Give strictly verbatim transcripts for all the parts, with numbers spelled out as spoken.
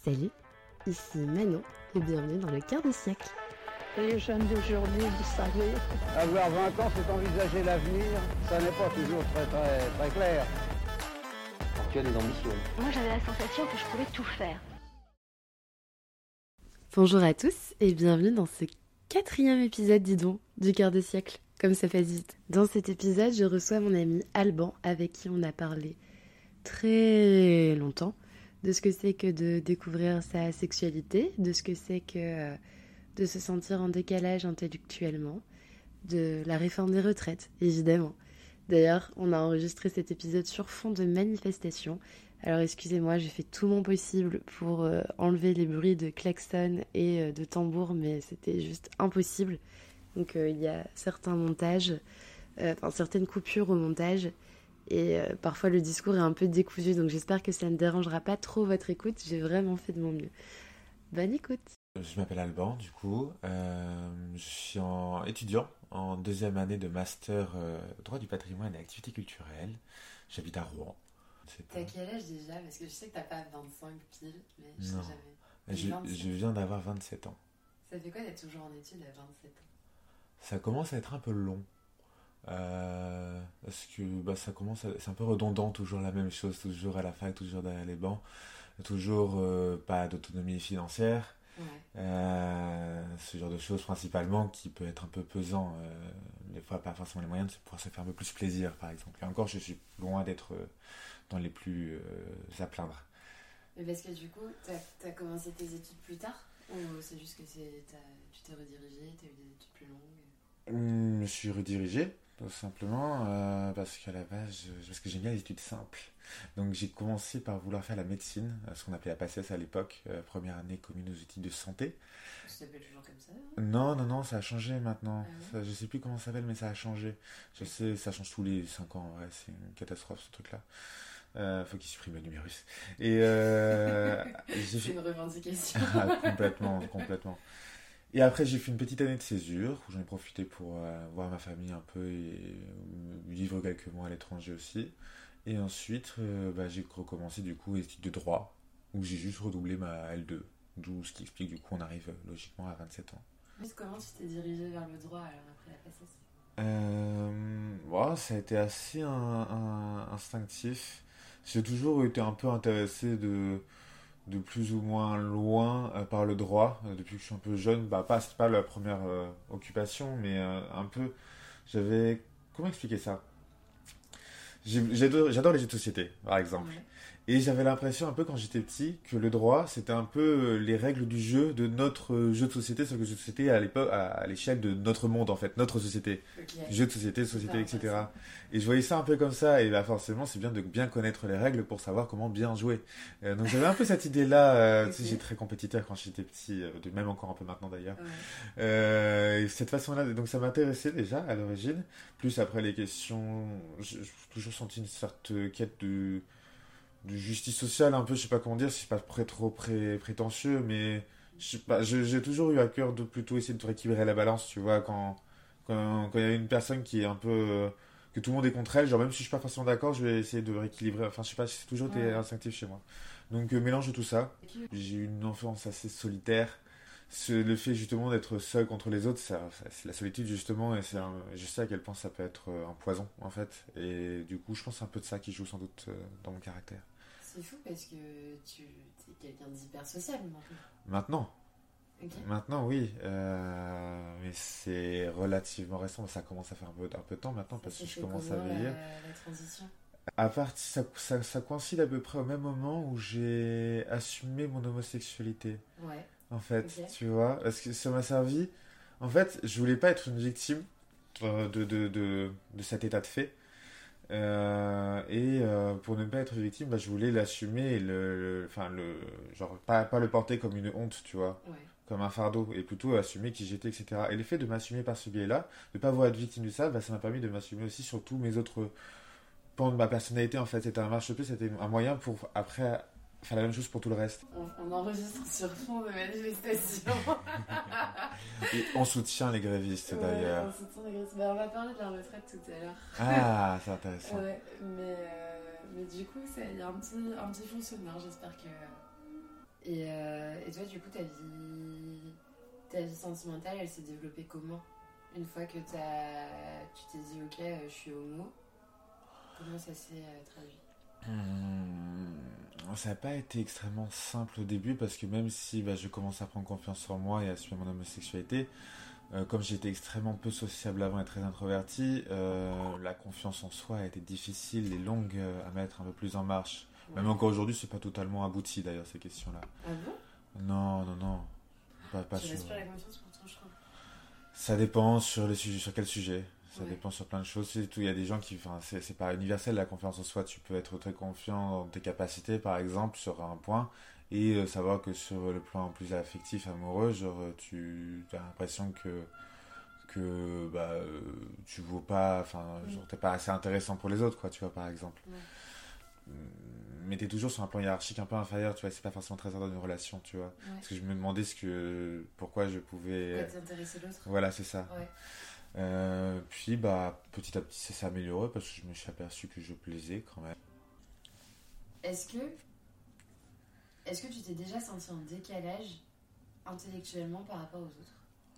Salut, ici Manon et bienvenue dans le quart de siècle. Les jeunes d'aujourd'hui, vous savez... Avoir vingt ans, c'est envisager l'avenir, ça n'est pas toujours très très très clair. Alors, tu as des ambitions. Moi j'avais la sensation que je pouvais tout faire. Bonjour à tous et bienvenue dans ce quatrième épisode, dis donc, du quart de siècle, comme ça passe vite. Dans cet épisode, je reçois mon ami Alban, avec qui on a parlé très longtemps de ce que c'est que de découvrir sa sexualité, de ce que c'est que euh, de se sentir en décalage intellectuellement, de la réforme des retraites, évidemment. D'ailleurs, on a enregistré cet épisode sur fond de manifestation. Alors excusez-moi, j'ai fait tout mon possible pour euh, enlever les bruits de klaxon et euh, de tambour, mais c'était juste impossible. Donc euh, il y a certains montages, euh, enfin certaines coupures au montage, et euh, parfois le discours est un peu décousu, donc j'espère que ça ne dérangera pas trop votre écoute. J'ai vraiment fait de mon mieux. Bonne écoute. Je m'appelle Alban, du coup, euh, je suis en étudiant en deuxième année de master euh, droit du patrimoine et activités culturelles. J'habite à Rouen. T'as pas... quel âge déjà? Parce que je sais que t'as pas vingt-cinq pile, mais je non. sais jamais. Je, je viens d'avoir vingt-sept ans. Ça fait quoi d'être toujours en études à vingt-sept ans? Ça commence à être un peu long. Euh, parce que bah, ça commence à, c'est un peu redondant, toujours la même chose, toujours à la fac, toujours derrière les bancs, toujours euh, pas d'autonomie financière. Ouais. Euh, ce genre de choses principalement qui peut être un peu pesant, euh, des fois pas forcément les moyens de pouvoir se faire un peu plus plaisir par exemple, et encore je suis loin d'être euh, dans les plus euh, à plaindre. Mais parce que du coup t'as, t'as commencé tes études plus tard, ou c'est juste que c'est, t'as, tu t'es redirigé, t'as eu des études plus longues? Hum, je suis redirigé tout simplement euh, parce qu'à la base je, parce que j'aime bien les études simples, donc j'ai commencé par vouloir faire la médecine, ce qu'on appelait la PACES à l'époque, euh, première année commune aux études de santé. Ça s'appelle toujours comme ça, hein? Non, non, non, ça a changé maintenant. Ah ça, je sais plus comment ça s'appelle, mais ça a changé. Je sais, ça change tous les cinq ans, ouais, c'est une catastrophe ce truc-là. Euh, faut qu'il supprime le numérus. Et euh, j'ai c'est fait... une revendication. Ah, complètement, complètement. Et après, j'ai fait une petite année de césure, où j'en ai profité pour euh, voir ma famille un peu et vivre quelques mois à l'étranger aussi. Et ensuite, euh, bah, j'ai recommencé du coup les études de droit, où j'ai juste redoublé ma L deux. D'où ce qui explique du coup on arrive logiquement à vingt-sept ans. Comment tu t'es dirigé vers le droit alors après la PACES? euh, ouais, Ça a été assez un, un, instinctif. J'ai toujours été un peu intéressé de, de plus ou moins loin euh, par le droit. Euh, depuis que je suis un peu jeune, bah, pas, c'est pas la première euh, occupation, mais euh, un peu... J'avais... Comment expliquer ça? J'ai, j'adore, j'adore les jeux de société, par exemple. Ouais. Et j'avais l'impression un peu quand j'étais petit que le droit c'était un peu les règles du jeu de notre jeu de société, sauf que le jeu de société à l'époque à, à l'échelle de notre monde en fait, notre société, okay. Jeu de société, société, et cetera. Et je voyais ça un peu comme ça, et là forcément c'est bien de bien connaître les règles pour savoir comment bien jouer. Euh, donc j'avais un peu cette idée là, euh, okay. Tu sais, j'étais très compétiteur quand j'étais petit, euh, même encore un peu maintenant d'ailleurs. Ouais. Euh, et cette façon là, donc ça m'intéressait déjà à l'origine, plus après les questions, j'ai toujours senti une certaine quête de de justice sociale un peu, je sais pas comment dire, c'est pas pré- trop pré- prétentieux, mais je sais pas, je, j'ai toujours eu à cœur de plutôt essayer de rééquilibrer la balance, tu vois, quand quand il y a une personne qui est un peu euh, que tout le monde est contre elle, genre même si je suis pas forcément d'accord, je vais essayer de rééquilibrer, enfin je sais pas, c'est toujours été ouais. instinctif chez moi. Donc euh, mélange de tout ça. J'ai eu une enfance assez solitaire. Ce, le fait justement d'être seul contre les autres, ça, ça, c'est la solitude justement, et c'est un, je sais à quel point ça peut être un poison en fait, et du coup je pense que c'est un peu de ça qui joue sans doute dans mon caractère. C'est fou parce que tu es quelqu'un d'hyper sociable maintenant. Maintenant okay. Maintenant oui, euh, mais c'est relativement récent, ça commence à faire un peu, un peu de temps maintenant ça parce que je commence à vieillir. La, la transition à part, ça, ça, ça coïncide à peu près au même moment où j'ai assumé mon homosexualité. Ouais. En fait, okay. tu vois, parce que ça m'a servi. En fait, je voulais pas être une victime euh, de, de, de, de cet état de fait. Euh, et euh, pour ne pas être victime, bah, je voulais l'assumer et le, enfin le, le, genre pas, pas le porter comme une honte, tu vois, ouais. Comme un fardeau, et plutôt assumer qui j'étais, et cetera. Et le fait de m'assumer par ce biais-là, de pas avoir être victime de ça, bah, ça m'a permis de m'assumer aussi sur tous mes autres pans de ma personnalité. En fait, c'était un marchepied, c'était un moyen pour après faire la même chose pour tout le reste. On, on enregistre sur fond de manifestation. Et on soutient les grévistes, ouais, d'ailleurs. On soutient les grévistes. Ben, on va parler de la retraite tout à l'heure. Ah, c'est intéressant. Ouais, mais, euh, mais du coup, il y a un petit, un petit fonctionnement. J'espère que... Et, euh, et toi, du coup, ta vie, ta vie sentimentale, elle s'est développée comment? Une fois que t'as, tu t'es dit, ok, euh, je suis homo, comment ça s'est euh, traduit? Hum, ça n'a pas été extrêmement simple au début parce que même si bah, je commence à prendre confiance en moi et à assumer mon homosexualité, euh, comme j'étais extrêmement peu sociable avant et très introverti, euh, la confiance en soi a été difficile et longue euh, à mettre un peu plus en marche. Ouais. Même encore aujourd'hui, c'est pas totalement abouti d'ailleurs ces questions-là. Ah bon? Non, non, non. Pas, pas Tu sur... respires la confiance pour ton choix. Ça dépend sur les sujets, sur quel sujet. Ça Ouais. dépend sur plein de choses. C'est tout. Il y a des gens qui, enfin, c'est, c'est pas universel la confiance en soi. Tu peux être très confiant dans tes capacités, par exemple, sur un point, et euh, savoir que sur le plan plus affectif, amoureux, genre, tu as l'impression que que bah euh, tu vaux pas, enfin, Mm. genre, t'es pas assez intéressant pour les autres, quoi, tu vois, par exemple. Ouais. Mais t'es toujours sur un plan hiérarchique un peu inférieur, tu vois. C'est pas forcément très important dans une relation, tu vois. Ouais. Parce que je me demandais ce que, pourquoi je pouvais. Pourquoi t'intéresser l'autre? Voilà, c'est ça. Ouais. Euh, puis bah petit à petit ça s'est amélioré parce que je me suis aperçu que je plaisais quand même. Est-ce que, est-ce que tu t'es déjà senti en décalage intellectuellement par rapport aux autres?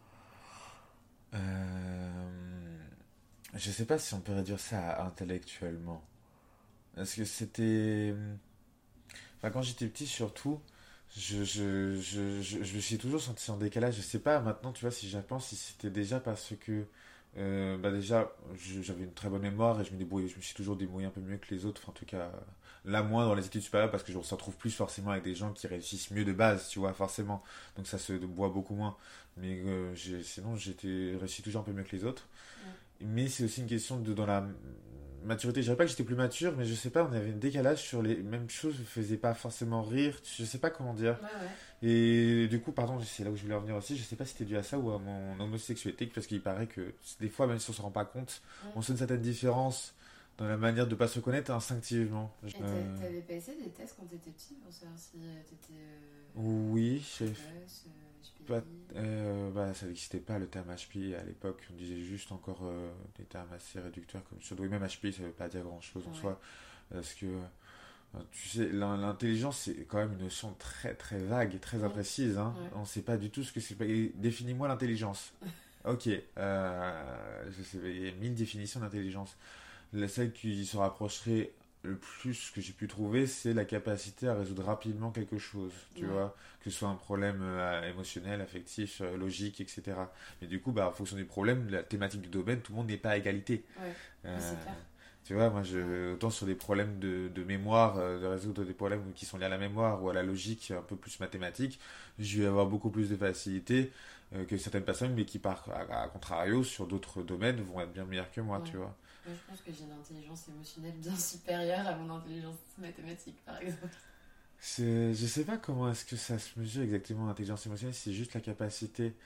Euh, je sais pas si on peut réduire ça à intellectuellement. Parce que c'était... Enfin quand j'étais petit surtout, je, je, je, je, je me suis toujours senti en décalage. Je sais pas maintenant, tu vois, si j'y pense, si c'était déjà parce que... Euh, bah déjà, je- j'avais une très bonne mémoire et je me débrouillais, je me suis toujours débrouillé un peu mieux que les autres. Enfin, en tout cas, euh, là moins dans les études supérieures parce que je me retrouve plus forcément avec des gens qui réussissent mieux de base, tu vois, forcément. Donc ça se boit beaucoup moins. Mais euh, j'ai, sinon, j'étais réussi toujours un peu mieux que les autres. Mais c'est aussi une question de dans la maturité. Je dirais pas que j'étais plus mature, mais je sais pas, on avait un décalage sur les mêmes choses. Je me faisais pas forcément rire. Je sais pas comment dire. Ouais, ouais. Et du coup, pardon, c'est là où je voulais en venir aussi. Je sais pas si c'était dû à ça ou à mon homosexualité, parce qu'il paraît que des fois, même si on se rend pas compte, Ouais. on sent une certaine différence dans la manière de pas se reconnaître instinctivement. Et t'a- Euh, t'avais passé des tests quand t'étais petit pour savoir si euh, t'étais euh, oui, j'ai précoce, euh, H P I? pas, euh, bah, ça n'existait pas le terme H P I à l'époque. On disait juste encore euh, des termes assez réducteurs comme surdoué. Même H P I, ça veut pas dire grand chose en Ouais. soi, parce que euh, tu sais, l'in- l'intelligence c'est quand même une notion très très vague et très Ouais. imprécise. Hein. Ouais. On sait pas du tout ce que c'est. Et définis-moi l'intelligence. Ok, euh, je sais, il y a mille définitions d'intelligence. La seule qui se rapprocherait le plus que j'ai pu trouver, c'est la capacité à résoudre rapidement quelque chose, tu Ouais. vois, que ce soit un problème euh, émotionnel, affectif, euh, logique, et cetera. Mais du coup, bah, en fonction du problème, la thématique du domaine, tout le monde n'est pas à égalité. Ouais. Euh, Mais c'est clair. tu vois, moi, je, autant sur des problèmes de, de mémoire, euh, de résoudre des problèmes qui sont liés à la mémoire ou à la logique un peu plus mathématique, je vais avoir beaucoup plus de facilité euh, que certaines personnes, mais qui, par à, à contrario, sur d'autres domaines, vont être bien meilleures que moi, Ouais. tu vois. Moi, je pense que j'ai une intelligence émotionnelle bien supérieure à mon intelligence mathématique, par exemple. C'est, je sais pas comment est-ce que ça se mesure exactement l'intelligence émotionnelle, c'est juste la capacité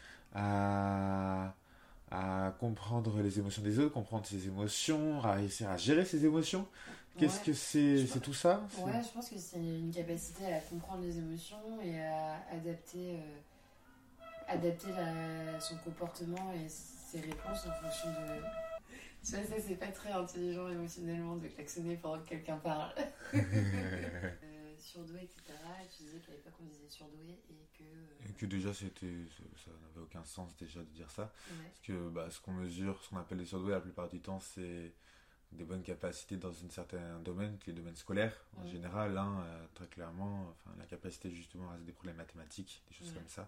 à, à comprendre les émotions des autres, comprendre ses émotions, à réussir à gérer ses émotions. Qu'est-ce Ouais. que c'est, Je c'est pense- tout ça? C'est- Ouais, je pense que c'est une capacité à comprendre les émotions et à adapter, euh, adapter la- son comportement et ses réponses en fonction de... Tu vois, ça, c'est pas très intelligent émotionnellement de klaxonner pendant que quelqu'un parle. Euh, surdoué, et cetera. Tu disais qu'à l'époque, on disait surdoué et que... euh, Et que déjà, c'était, ça n'avait aucun sens déjà de dire ça. ouais. Parce que bah, ce qu'on mesure, ce qu'on appelle les surdoués, la plupart du temps, c'est des bonnes capacités dans un certain domaine, qui est le domaine scolaire, en Ouais. général, hein, euh, très clairement, enfin, la capacité justement à résoudre des problèmes mathématiques, des choses Ouais. comme ça.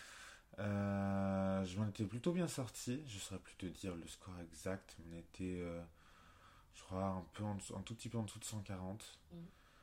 Euh, je m'en étais plutôt bien sorti, je saurais plus te dire le score exact, on était, euh, je crois, un, peu en dessous- un tout petit peu en dessous de cent quarante. Mm.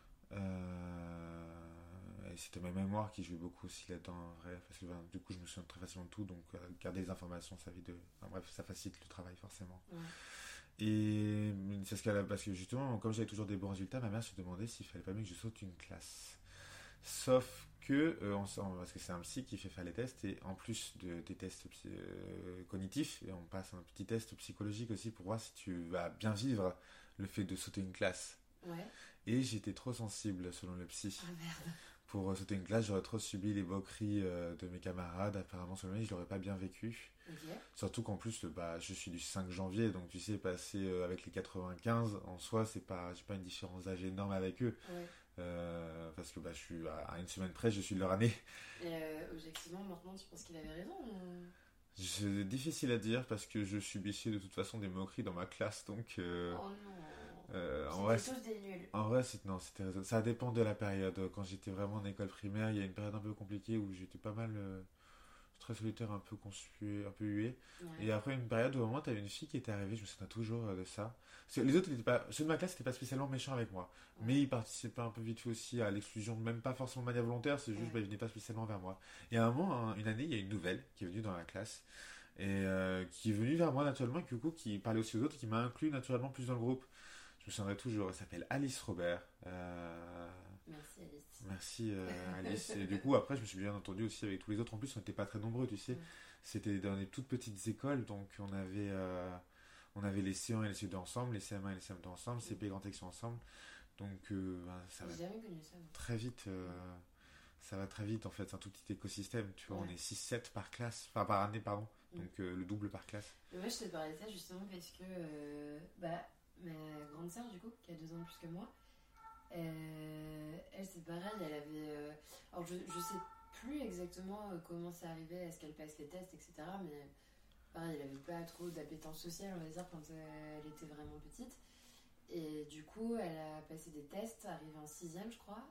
Euh, et c'était ma mémoire qui jouait beaucoup aussi là-dedans, en vrai, parce que ben, du coup je me souviens très facilement de tout, donc euh, garder les informations, ça, vite de... enfin, bref, ça facilite le travail forcément. Ouais. Et c'est ce qu'elle a- parce que justement, comme j'avais toujours des bons résultats, ma mère se demandait s'il fallait pas mieux que je saute une classe. Sauf que, euh, on, s'en- parce que c'est un psy qui fait faire les tests, et en plus de, des tests psy- euh, cognitifs, et on passe un petit test psychologique aussi pour voir si tu vas bien vivre le fait de sauter une classe. Ouais. Et j'étais trop sensible, selon le psy. Ah merde. Pour euh, sauter une classe, j'aurais trop subi les moqueries euh, de mes camarades. Apparemment, selon lui, je l'aurais pas bien vécu. Ok. Surtout qu'en plus, le- bah, je suis du cinq janvier, donc tu sais, passer euh, avec les quatre-vingt-quinze, en soi, c'est pas, j'ai pas une différence d'âge énorme avec eux. Ouais. Euh, parce que bah, je suis à, à une semaine près, je suis de leur année. Et euh, objectivement, maintenant, tu penses qu'il avait raison ou... C'est difficile à dire parce que je subissais de toute façon des moqueries dans ma classe, donc... Euh, Oh non. euh, en C'était vrai, tous des nuls. En vrai, c'est, non, c'était, raison- ça dépend de la période. Quand j'étais vraiment en école primaire, il y a une période un peu compliquée où j'étais pas mal euh, très solitaire, un peu conspué, un peu hué. Ouais. Et après une période où au moment, t'avais une fille qui était arrivée, je me souviens toujours euh, de ça. Parce que les autres, ils étaient pas, ceux de ma classe n'étaient pas spécialement méchants avec moi. Ouais. Mais ils participaient un peu vite fait aussi à l'exclusion, même pas forcément de manière volontaire, c'est juste, Ouais. bah, ils venaient pas spécialement vers moi. Et à un moment, un- une année, il y a une nouvelle qui est venue dans la classe. Et euh, qui est venue vers moi naturellement, et du coup, qui parlait aussi aux autres, et qui m'a inclus naturellement plus dans le groupe. Je me souviendrai toujours, elle s'appelle Alice Robert. Euh, Merci Alice. Merci euh, Alice. Et du coup, après, je me suis bien entendu aussi avec tous les autres. En plus, on n'était pas très nombreux, tu sais. Ouais. C'était dans des toutes petites écoles, donc on avait, euh, on avait les C un et les C deux ensemble, les C M un et les C M deux ensemble, C P et Grand Action ensemble. Donc euh, ben, ça va J'ai jamais connu ça. moi. très vite. euh, ça va très vite en fait, c'est un tout petit écosystème. Tu vois, Ouais. on est six sept par classe, enfin par année, pardon. Mm. Donc euh, le double par classe. Et moi, je te parlais de ça justement parce que euh, bah, ma grande sœur, du coup, qui a deux ans de plus que moi, euh, elle, c'est pareil, elle avait. euh, Alors, je, je sais plus exactement euh, comment ça arrivait, à ce qu'elle passe les tests, et cetera. Mais pareil, elle avait pas trop d'appétence sociale, on va dire, quand euh, elle était vraiment petite. Et du coup, elle a passé des tests, arrivée en sixième, je crois,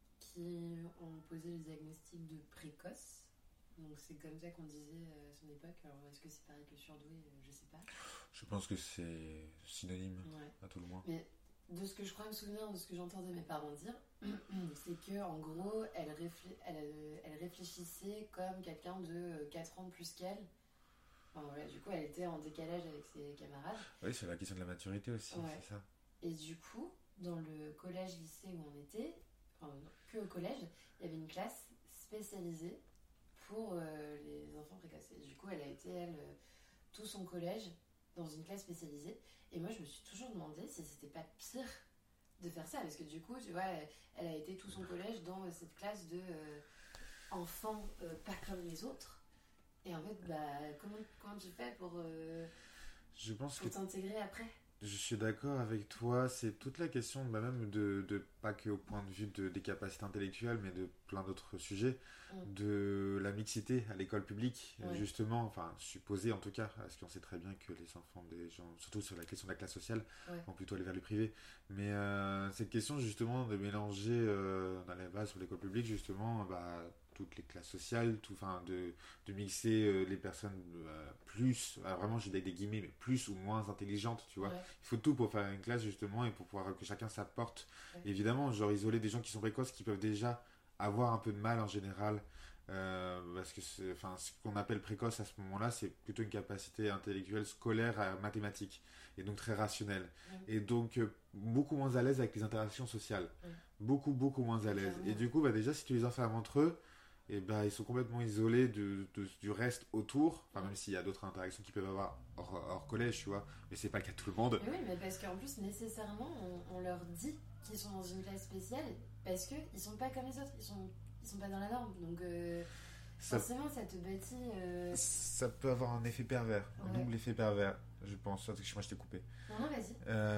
qui ont posé le diagnostic de précoce. Donc c'est comme ça qu'on disait euh, à son époque. Alors est-ce que c'est pareil que surdoué euh, Je sais pas. Je pense que c'est synonyme Ouais. à tout le moins. Mais de ce que je crois me souvenir, de ce que j'entendais mes parents dire, c'est que en gros, elle, réflé- elle, euh, elle réfléchissait comme quelqu'un de euh, quatre ans de plus qu'elle. Enfin, voilà, du coup, elle était en décalage avec ses camarades. Oui, c'est la question de la maturité aussi, Ouais. c'est ça. Et du coup, dans le collège-lycée où on était, enfin, que au collège, il y avait une classe spécialisée pour euh, les enfants précoces. Et du coup, elle a été, elle, euh, tout son collège dans une classe spécialisée. Et moi, je me suis toujours demandé si c'était pas pire de faire ça. Parce que du coup, tu vois, elle, elle a été tout son collège dans euh, cette classe de euh, enfants euh, pas comme les autres. Et en fait, bah, comment, comment tu fais pour, euh, Je pense que pour t'intégrer après ? je suis d'accord avec toi, c'est toute la question, bah, même de, de pas que au point de vue de, des capacités intellectuelles, mais de plein d'autres sujets, Mm. de la mixité à l'école publique, Ouais. justement, enfin, supposé en tout cas, parce qu'on sait très bien que les enfants des gens, surtout sur la question de la classe sociale, Ouais. vont plutôt aller vers le privé. Mais euh, cette question, justement, de mélanger euh, dans la base sur l'école publique, justement, bah, toutes les classes sociales, tout, enfin, de, de mixer euh, les personnes euh, plus, alors vraiment, j'ai des, des guillemets, mais plus ou moins intelligentes, tu vois. Ouais. Il faut tout pour faire une classe justement et pour pouvoir que chacun s'apporte. Ouais. Évidemment, genre isoler des gens qui sont précoces qui peuvent déjà avoir un peu de mal en général. euh, parce que c'est, enfin, ce qu'on appelle précoce à ce moment-là, c'est plutôt une capacité intellectuelle scolaire à mathématique et donc très rationnelle. Ouais. Et donc euh, beaucoup moins à l'aise avec les interactions sociales. Ouais. Beaucoup, beaucoup moins à l'aise. Clairement. Et du coup, bah, déjà, si tu les enfermes entre eux, et ben ils sont complètement isolés de, de- du reste autour, enfin, même s'il y a d'autres interactions qu'ils peuvent avoir hors, hors collège, tu vois, mais c'est pas le cas de tout le monde. Mais oui, mais parce qu'en plus, nécessairement, on, on leur dit qu'ils sont dans une classe spéciale parce qu'ils sont pas comme les autres, ils sont, ils sont pas dans la norme. Donc, euh, Ça, forcément, ça te bâtit. euh, ça peut avoir un effet pervers, un Ouais. double effet pervers, je pense. Attends, moi je t'ai coupé. Non, non, vas-y.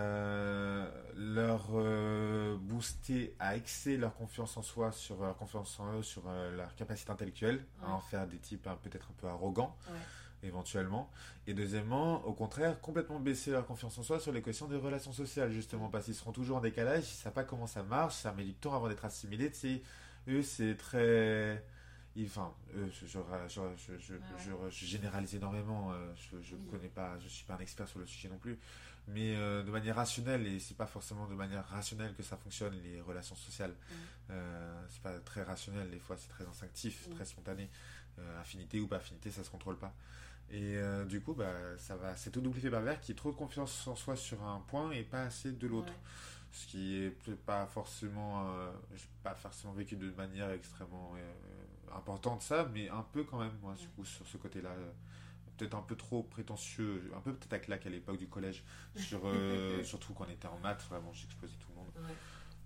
Euh, leur euh, booster à excès leur confiance en soi, sur leur confiance en eux, sur euh, leur capacité intellectuelle, à Ouais. en faire des types hein, peut-être un peu arrogants. Ouais. Éventuellement. Et deuxièmement, au contraire, complètement baisser leur confiance en soi sur les questions des relations sociales, justement, parce qu'ils seront toujours en décalage, ils savent pas comment ça marche, ça met du temps avant d'être assimilé, tu sais. Eux, c'est très... ils- Enfin, eux, je, je, je, je, je, Ouais, je- je généralise énormément, euh, je, je Oui. connais pas, je suis pas un expert sur le sujet non plus, mais euh, de manière rationnelle, et c'est pas forcément de manière rationnelle que ça fonctionne, les relations sociales. Ouais. Euh, c'est pas très rationnel, des fois c'est très instinctif, Ouais. très spontané. Euh, affinité ou pas affinité, ça se contrôle pas. Et euh, du coup, bah, ça va, c'est tout double effet pervers qui est trop de confiance en soi sur un point et pas assez de l'autre. Ouais. Ce qui est peut-être pas forcément, euh, j'ai pas forcément vécu de manière extrêmement euh, importante ça, mais un peu quand même, moi, Ouais. du coup, sur ce côté-là. euh, peut-être un peu trop prétentieux, un peu peut-être à claque à l'époque du collège, sur, euh, surtout quand on était en maths, vraiment, j'explosais tout le monde. Ouais.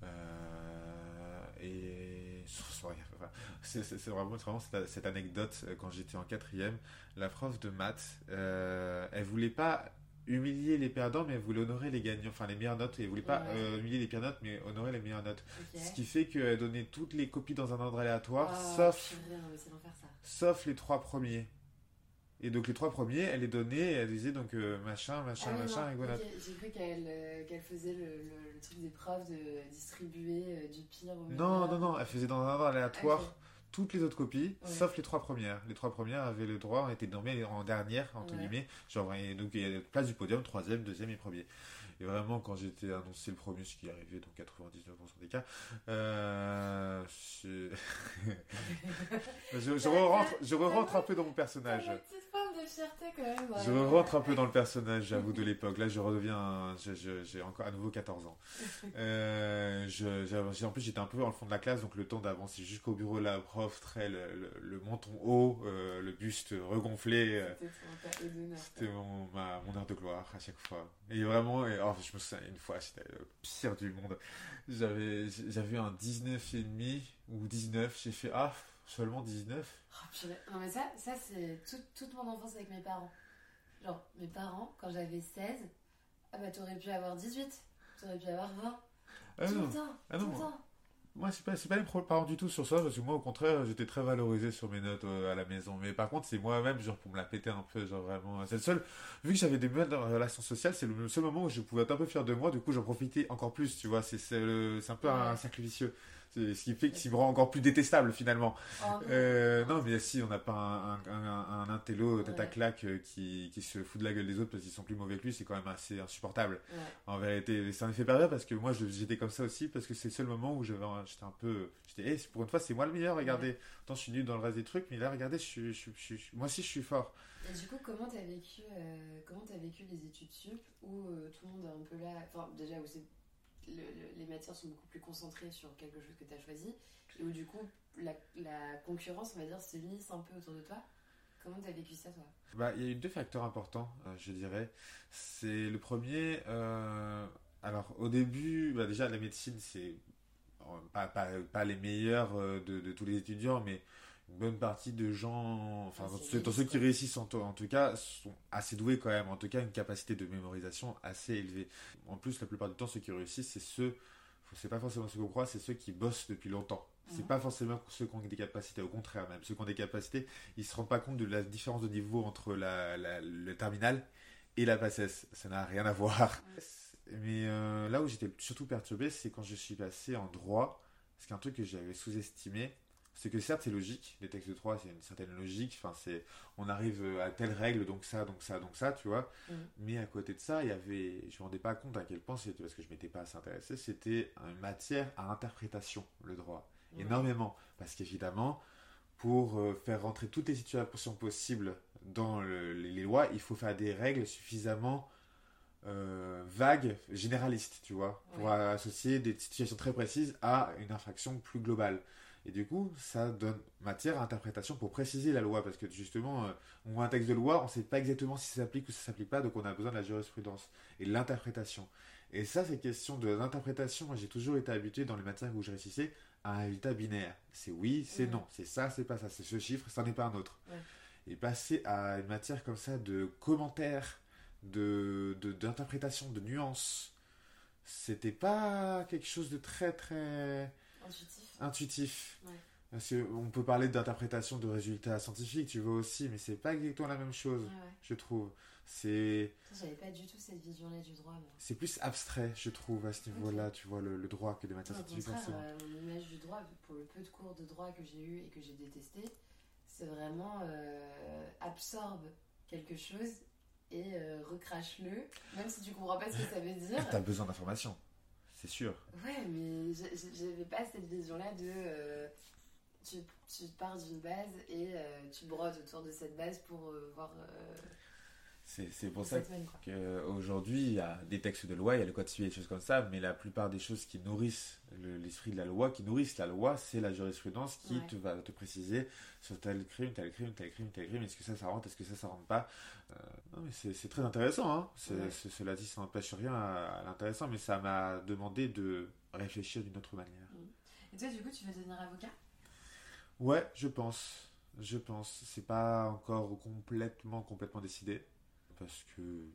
Euh, et enfin, c'est c'est- c'est vraiment, c'est vraiment cette, cette anecdote euh, quand j'étais en quatrième, la prof de maths, euh, elle voulait pas humilier les perdants, mais elle voulait honorer les gagnants, enfin les meilleures notes. Et elle voulait pas Ouais. euh, humilier les pires notes, mais honorer les meilleures notes. Ok. Ce qui fait qu'elle donnait toutes les copies dans un ordre aléatoire, Oh, sauf, purée, non, mais c'est l'enfer ça. sauf les trois premiers. Et donc les trois premiers, elle les donnait, et elle disait donc euh, machin, machin, Ah oui, machin, non, et voilà. ok, j'ai cru qu'elle euh, qu'elle faisait le, le, le truc des profs de distribuer euh, du pire au meilleur. Non, non, non, elle faisait dans un ordre aléatoire Ok. toutes les autres copies, Ouais. sauf les trois premières. Les trois premières avaient le droit, ont été nommées en dernière, entre Ouais. guillemets. Genre, et donc il y a la place du podium, troisième, deuxième et premier. Et vraiment, quand j'étais annoncé le premier, ce qui est arrivé dans quatre-vingt-dix-neuf pour cent des cas, euh, je... je, je re-rentre, je re-rentre un peu dans mon personnage. T'as une petite forme de fierté quand même. Je ouais. rentre un peu dans le personnage, j'avoue, de l'époque. Là, je redeviens, un- je- je- j'ai encore à nouveau quatorze ans. Euh, je, j'ai- en plus, j'étais un peu dans le fond de la classe, donc le temps d'avancer jusqu'au bureau de la prof, très le, le, le menton haut, euh, le buste regonflé. euh, C'était ton cadeau d'honneur. C'était mon, ma, mon heure de gloire à chaque fois. Et vraiment, et, oh, je me souviens une fois, c'était le pire du monde. J'avais, j'avais eu un dix-neuf et demi ou dix-neuf. J'ai fait, ah, seulement dix-neuf. Oh, purée. Non mais ça, ça c'est tout- toute mon enfance avec mes parents. Genre, mes parents, quand j'avais seize, ah bah t'aurais pu avoir dix-huit, t'aurais pu avoir vingt. Ah tout non. le temps, Ah tout non. le temps. Moi, c'est pas, c'est pas les pro- parents du tout sur ça, parce que moi, au contraire, j'étais très valorisé sur mes notes euh, à la maison. Mais par contre, c'est moi-même, genre, pour me la péter un peu, genre, vraiment. C'est le seul, vu que j'avais des bonnes relations sociales, c'est le seul moment où je pouvais être un peu fier de moi, du coup, j'en profitais encore plus, tu vois. C'est, c'est, le- c'est un peu Ouais. un cercle vicieux. C'est ce qui fait qu'il me rend encore plus détestable, finalement. Oh, non. Euh, non, mais si, on n'a pas un, un, un, un intello tête à Ouais. claque euh, qui, qui se fout de la gueule des autres parce qu'ils sont plus mauvais que lui, c'est quand même assez insupportable. Ouais. En vérité, c'est un effet pervers parce que moi je- j'étais comme ça aussi parce que c'est le seul moment où j'avais un- j'étais un peu j'étais hey, pour une fois c'est moi le meilleur, regardez. Tant je suis nul dans le reste des trucs, mais là regardez, je suis, je, suis- je suis- moi aussi je suis fort. Et du coup, comment t'as vécu, euh, comment t'as vécu les études sup où euh, tout le monde est un peu là, enfin déjà où c'est le- le- les matières sont beaucoup plus concentrées sur quelque chose que t'as choisi et où du coup la, la concurrence, on va dire, se lisse un peu autour de toi. Comment t'as vécu ça, toi? Bah, il y a eu deux facteurs importants, euh, je dirais. C'est le premier, euh, alors au début, bah, déjà la médecine c'est euh, pas, pas, pas les meilleurs euh, de, de tous les étudiants, mais une bonne partie de gens, enfin Ah, dans, c'est ceux, dans élite, ceux qui quoi. réussissent en, to- en tout cas, sont assez doués quand même, en tout cas une capacité de mémorisation assez élevée. En plus, la plupart du temps, ceux qui réussissent, c'est ceux, c'est pas forcément ceux qu'on croit, c'est ceux qui bossent depuis longtemps. C'est Mhm. pas forcément ceux qui ont des capacités, au contraire même. Ceux qui ont des capacités, ils se rendent pas compte de la différence de niveau entre la, la- le terminal et la PACES. Ça n'a rien à voir. Mais euh, là où j'étais surtout perturbé, c'est quand je suis passé en droit. Parce qu'un truc que j'avais sous-estimé, c'est que certes c'est logique, les textes de droit c'est une certaine logique, enfin c'est, on arrive à telle règle, donc ça, donc ça, donc ça, tu vois. Mhm. Mais à côté de ça, il y avait, je me rendais pas compte à quel point c'était, parce que je m'étais pas assez intéressé, c'était une matière à interprétation, le droit. Ouais. Énormément. Parce qu'évidemment, pour euh, faire rentrer toutes les situations possibles dans le- les, les lois, il faut faire des règles suffisamment euh, vagues, généralistes, tu vois, pour Ouais. euh, associer des situations très précises à une infraction plus globale. Et du coup, ça donne matière à interprétation pour préciser la loi, parce que justement, euh, on voit un texte de loi, on ne sait pas exactement si ça s'applique ou si ça s'applique pas, donc on a besoin de la jurisprudence et de l'interprétation. Et ça, ces questions de l'interprétation, moi j'ai toujours été habitué dans les matières où je réussissais à un résultat binaire. C'est oui, c'est Mhm. non, c'est ça, c'est pas ça, c'est ce chiffre, ça n'est pas un autre. Ouais. Et passer à une matière comme ça de commentaires, de, de, d'interprétation, de nuances, c'était pas quelque chose de très très Intuitif. intuitif. Ouais. Parce qu'on peut parler d'interprétation de résultats scientifiques, tu vois aussi, mais c'est pas exactement la même chose, Ouais, ouais. je trouve. C'est, Ça, j'avais pas du tout cette vision-là du droit, moi. c'est plus abstrait, je trouve, à ce niveau-là, tu vois, le, le droit que des matières Au scientifiques. contraire, forcément. euh, mon image du droit, pour le peu de cours de droit que j'ai eu et que j'ai détesté, c'est vraiment euh, absorbe quelque chose et euh, recrache-le, même si tu comprends pas ce que ça veut dire. T'as besoin d'informations, c'est sûr. Ouais, mais j'ai- j'ai- j'avais pas cette vision-là de euh, tu, tu pars d'une base et euh, tu brodes autour de cette base pour euh, voir euh, C'est, c'est pour ça cette même, quoi. qu'aujourd'hui, il y a des textes de loi, il y a le code civil, des choses comme ça, mais la plupart des choses qui nourrissent le- l'esprit de la loi, qui nourrissent la loi, c'est la jurisprudence qui Ouais. te va te préciser sur tel crime, tel crime, tel crime, tel crime, est-ce que ça, ça rentre, est-ce que ça, ça rentre pas. Euh, non, mais c'est, c'est très intéressant, hein. C'est, Ouais. c'est- cela dit, ça n'empêche rien à, à l'intéressant, mais ça m'a demandé de réfléchir d'une autre manière. Et toi, du coup, tu veux devenir avocat? Ouais, je pense. Je pense. C'est pas encore complètement, complètement décidé. Parce que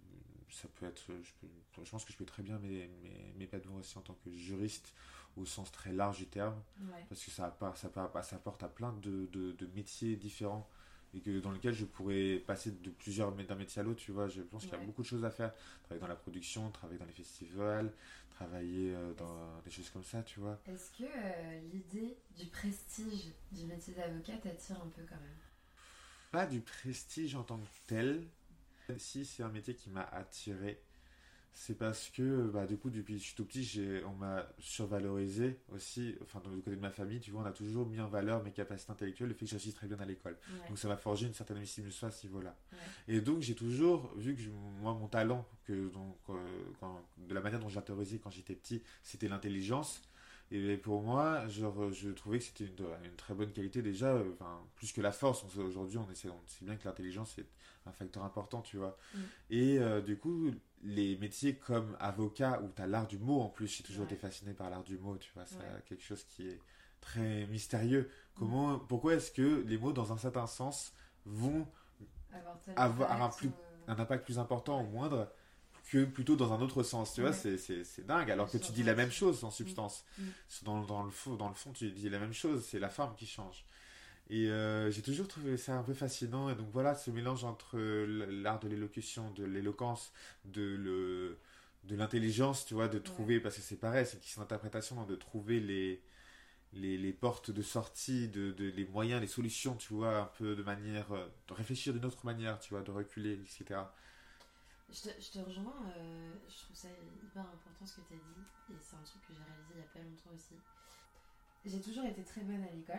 ça peut être, je, peux, je pense que je peux très bien m'é- m'é- m'épanouir aussi en tant que juriste au sens très large du terme, Ouais. parce que ça, appa- ça, appa- ça apporte à plein de, de, de métiers différents et que dans lesquels je pourrais passer de plusieurs d'un métier à l'autre, tu vois. Je pense qu'il y a Ouais. beaucoup de choses à faire. Travailler dans la production, travailler dans les festivals, travailler euh, dans des choses comme ça, tu vois. Est-ce que euh, l'idée du prestige du métier d'avocat t'attire un peu quand même? Pas du prestige en tant que tel. Si c'est un métier qui m'a attiré, c'est parce que bah, du coup depuis que je suis tout petit, j'ai, on m'a survalorisé aussi, enfin du côté de ma famille, tu vois, on a toujours mis en valeur mes capacités intellectuelles, le fait que je réussisse très bien à l'école. Ouais. Donc ça m'a forgé une certaine estime de soi à ce niveau-là. Ouais. Et donc j'ai toujours vu que je- moi mon talent, que donc euh, quand- de la manière dont j'ai autorisé quand j'étais petit, c'était l'intelligence. Et pour moi, genre, je trouvais que c'était une, une très bonne qualité déjà, euh, enfin, plus que la force. On sait- Aujourd'hui, on essaie, on sait bien que l'intelligence est un facteur important, tu vois. Mm. Et euh, du coup, les métiers comme avocat, où tu as l'art du mot en plus, j'ai toujours Ouais. été fasciné par l'art du mot, tu vois. C'est Ouais. quelque chose qui est très mystérieux. Comment, pourquoi est-ce que les mots, dans un certain sens, vont Avoir, tel avoir un, impact plus, ou, euh, un impact plus important Ouais. ou moindre que plutôt dans un autre sens, tu vois, Ouais. c'est, c'est, c'est dingue, alors que Sur tu dis la ça, même tu- chose en substance. Mm. Dans, dans, le fond, dans le fond, tu dis la même chose, c'est la forme qui change. Et euh, j'ai toujours trouvé ça un peu fascinant, et donc voilà, ce mélange entre l'art de l'élocution, de l'éloquence, de, le, de l'intelligence, tu vois, de trouver, parce que c'est pareil, c'est une question d'interprétation, hein, de trouver les, les, les portes de sortie, de, de, les moyens, les solutions, tu vois, un peu de manière, euh, de réfléchir d'une autre manière, tu vois, de reculer, et cetera. Je te, je te rejoins, euh, je trouve ça hyper important ce que tu as dit, et c'est un truc que j'ai réalisé il y a pas longtemps aussi. J'ai toujours été très bonne à l'école.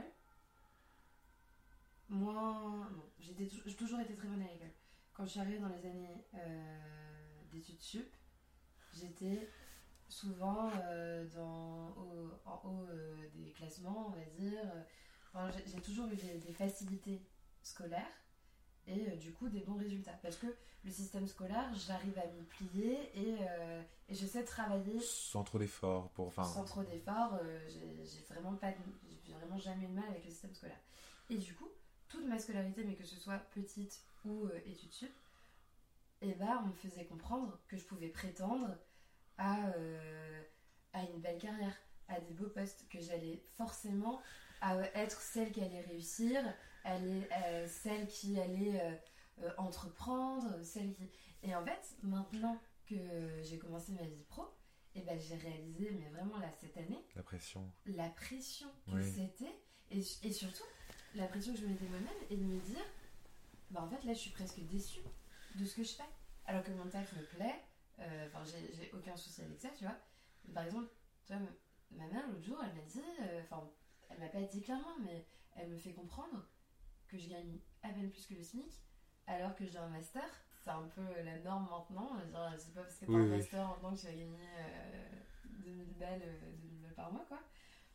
Moi, non, j'étais tou- j'ai toujours été très bonne à l'école. Quand je suis arrivée dans les années euh, d'études sup, j'étais souvent euh, dans, au- en haut euh, des classements, on va dire. Enfin, j'ai, j'ai toujours eu des, des facilités scolaires et euh, du coup des bons résultats. Parce que le système scolaire, j'arrive à m'y plier et, euh, et je sais travailler Sans trop d'efforts, pour, enfin, sans trop d'efforts. euh, j'ai, j'ai vraiment pas de- j'ai vraiment jamais eu de mal avec le système scolaire. Et du coup, toute ma scolarité, mais que ce soit petite ou euh, études sup, et bah, on me faisait comprendre que je pouvais prétendre à, euh, à une belle carrière, à des beaux postes, que j'allais forcément à être celle qui allait réussir, aller, euh, celle qui allait euh, euh, entreprendre, celle qui... Et en fait, maintenant que j'ai commencé ma vie pro, et ben j'ai réalisé, mais vraiment là, cette année, la pression. la pression que Oui. c'était, et, et surtout, la pression que je me mettais moi-même, et de me dire, bah en fait, là, je suis presque déçue de ce que je fais. Alors que mon taf me plaît, euh, enfin, j'ai, j'ai aucun souci avec ça, tu vois. Mais par exemple, tu vois, ma mère, l'autre jour, elle m'a dit, euh, enfin, elle m'a pas dit clairement, mais elle me fait comprendre que je gagne à peine plus que le SMIC, alors que j'ai un master. C'est un peu la norme maintenant. Genre, c'est pas parce que t'as Oui, un oui. master maintenant que tu vas gagner euh, deux mille balles, euh, deux mille balles par mois, quoi.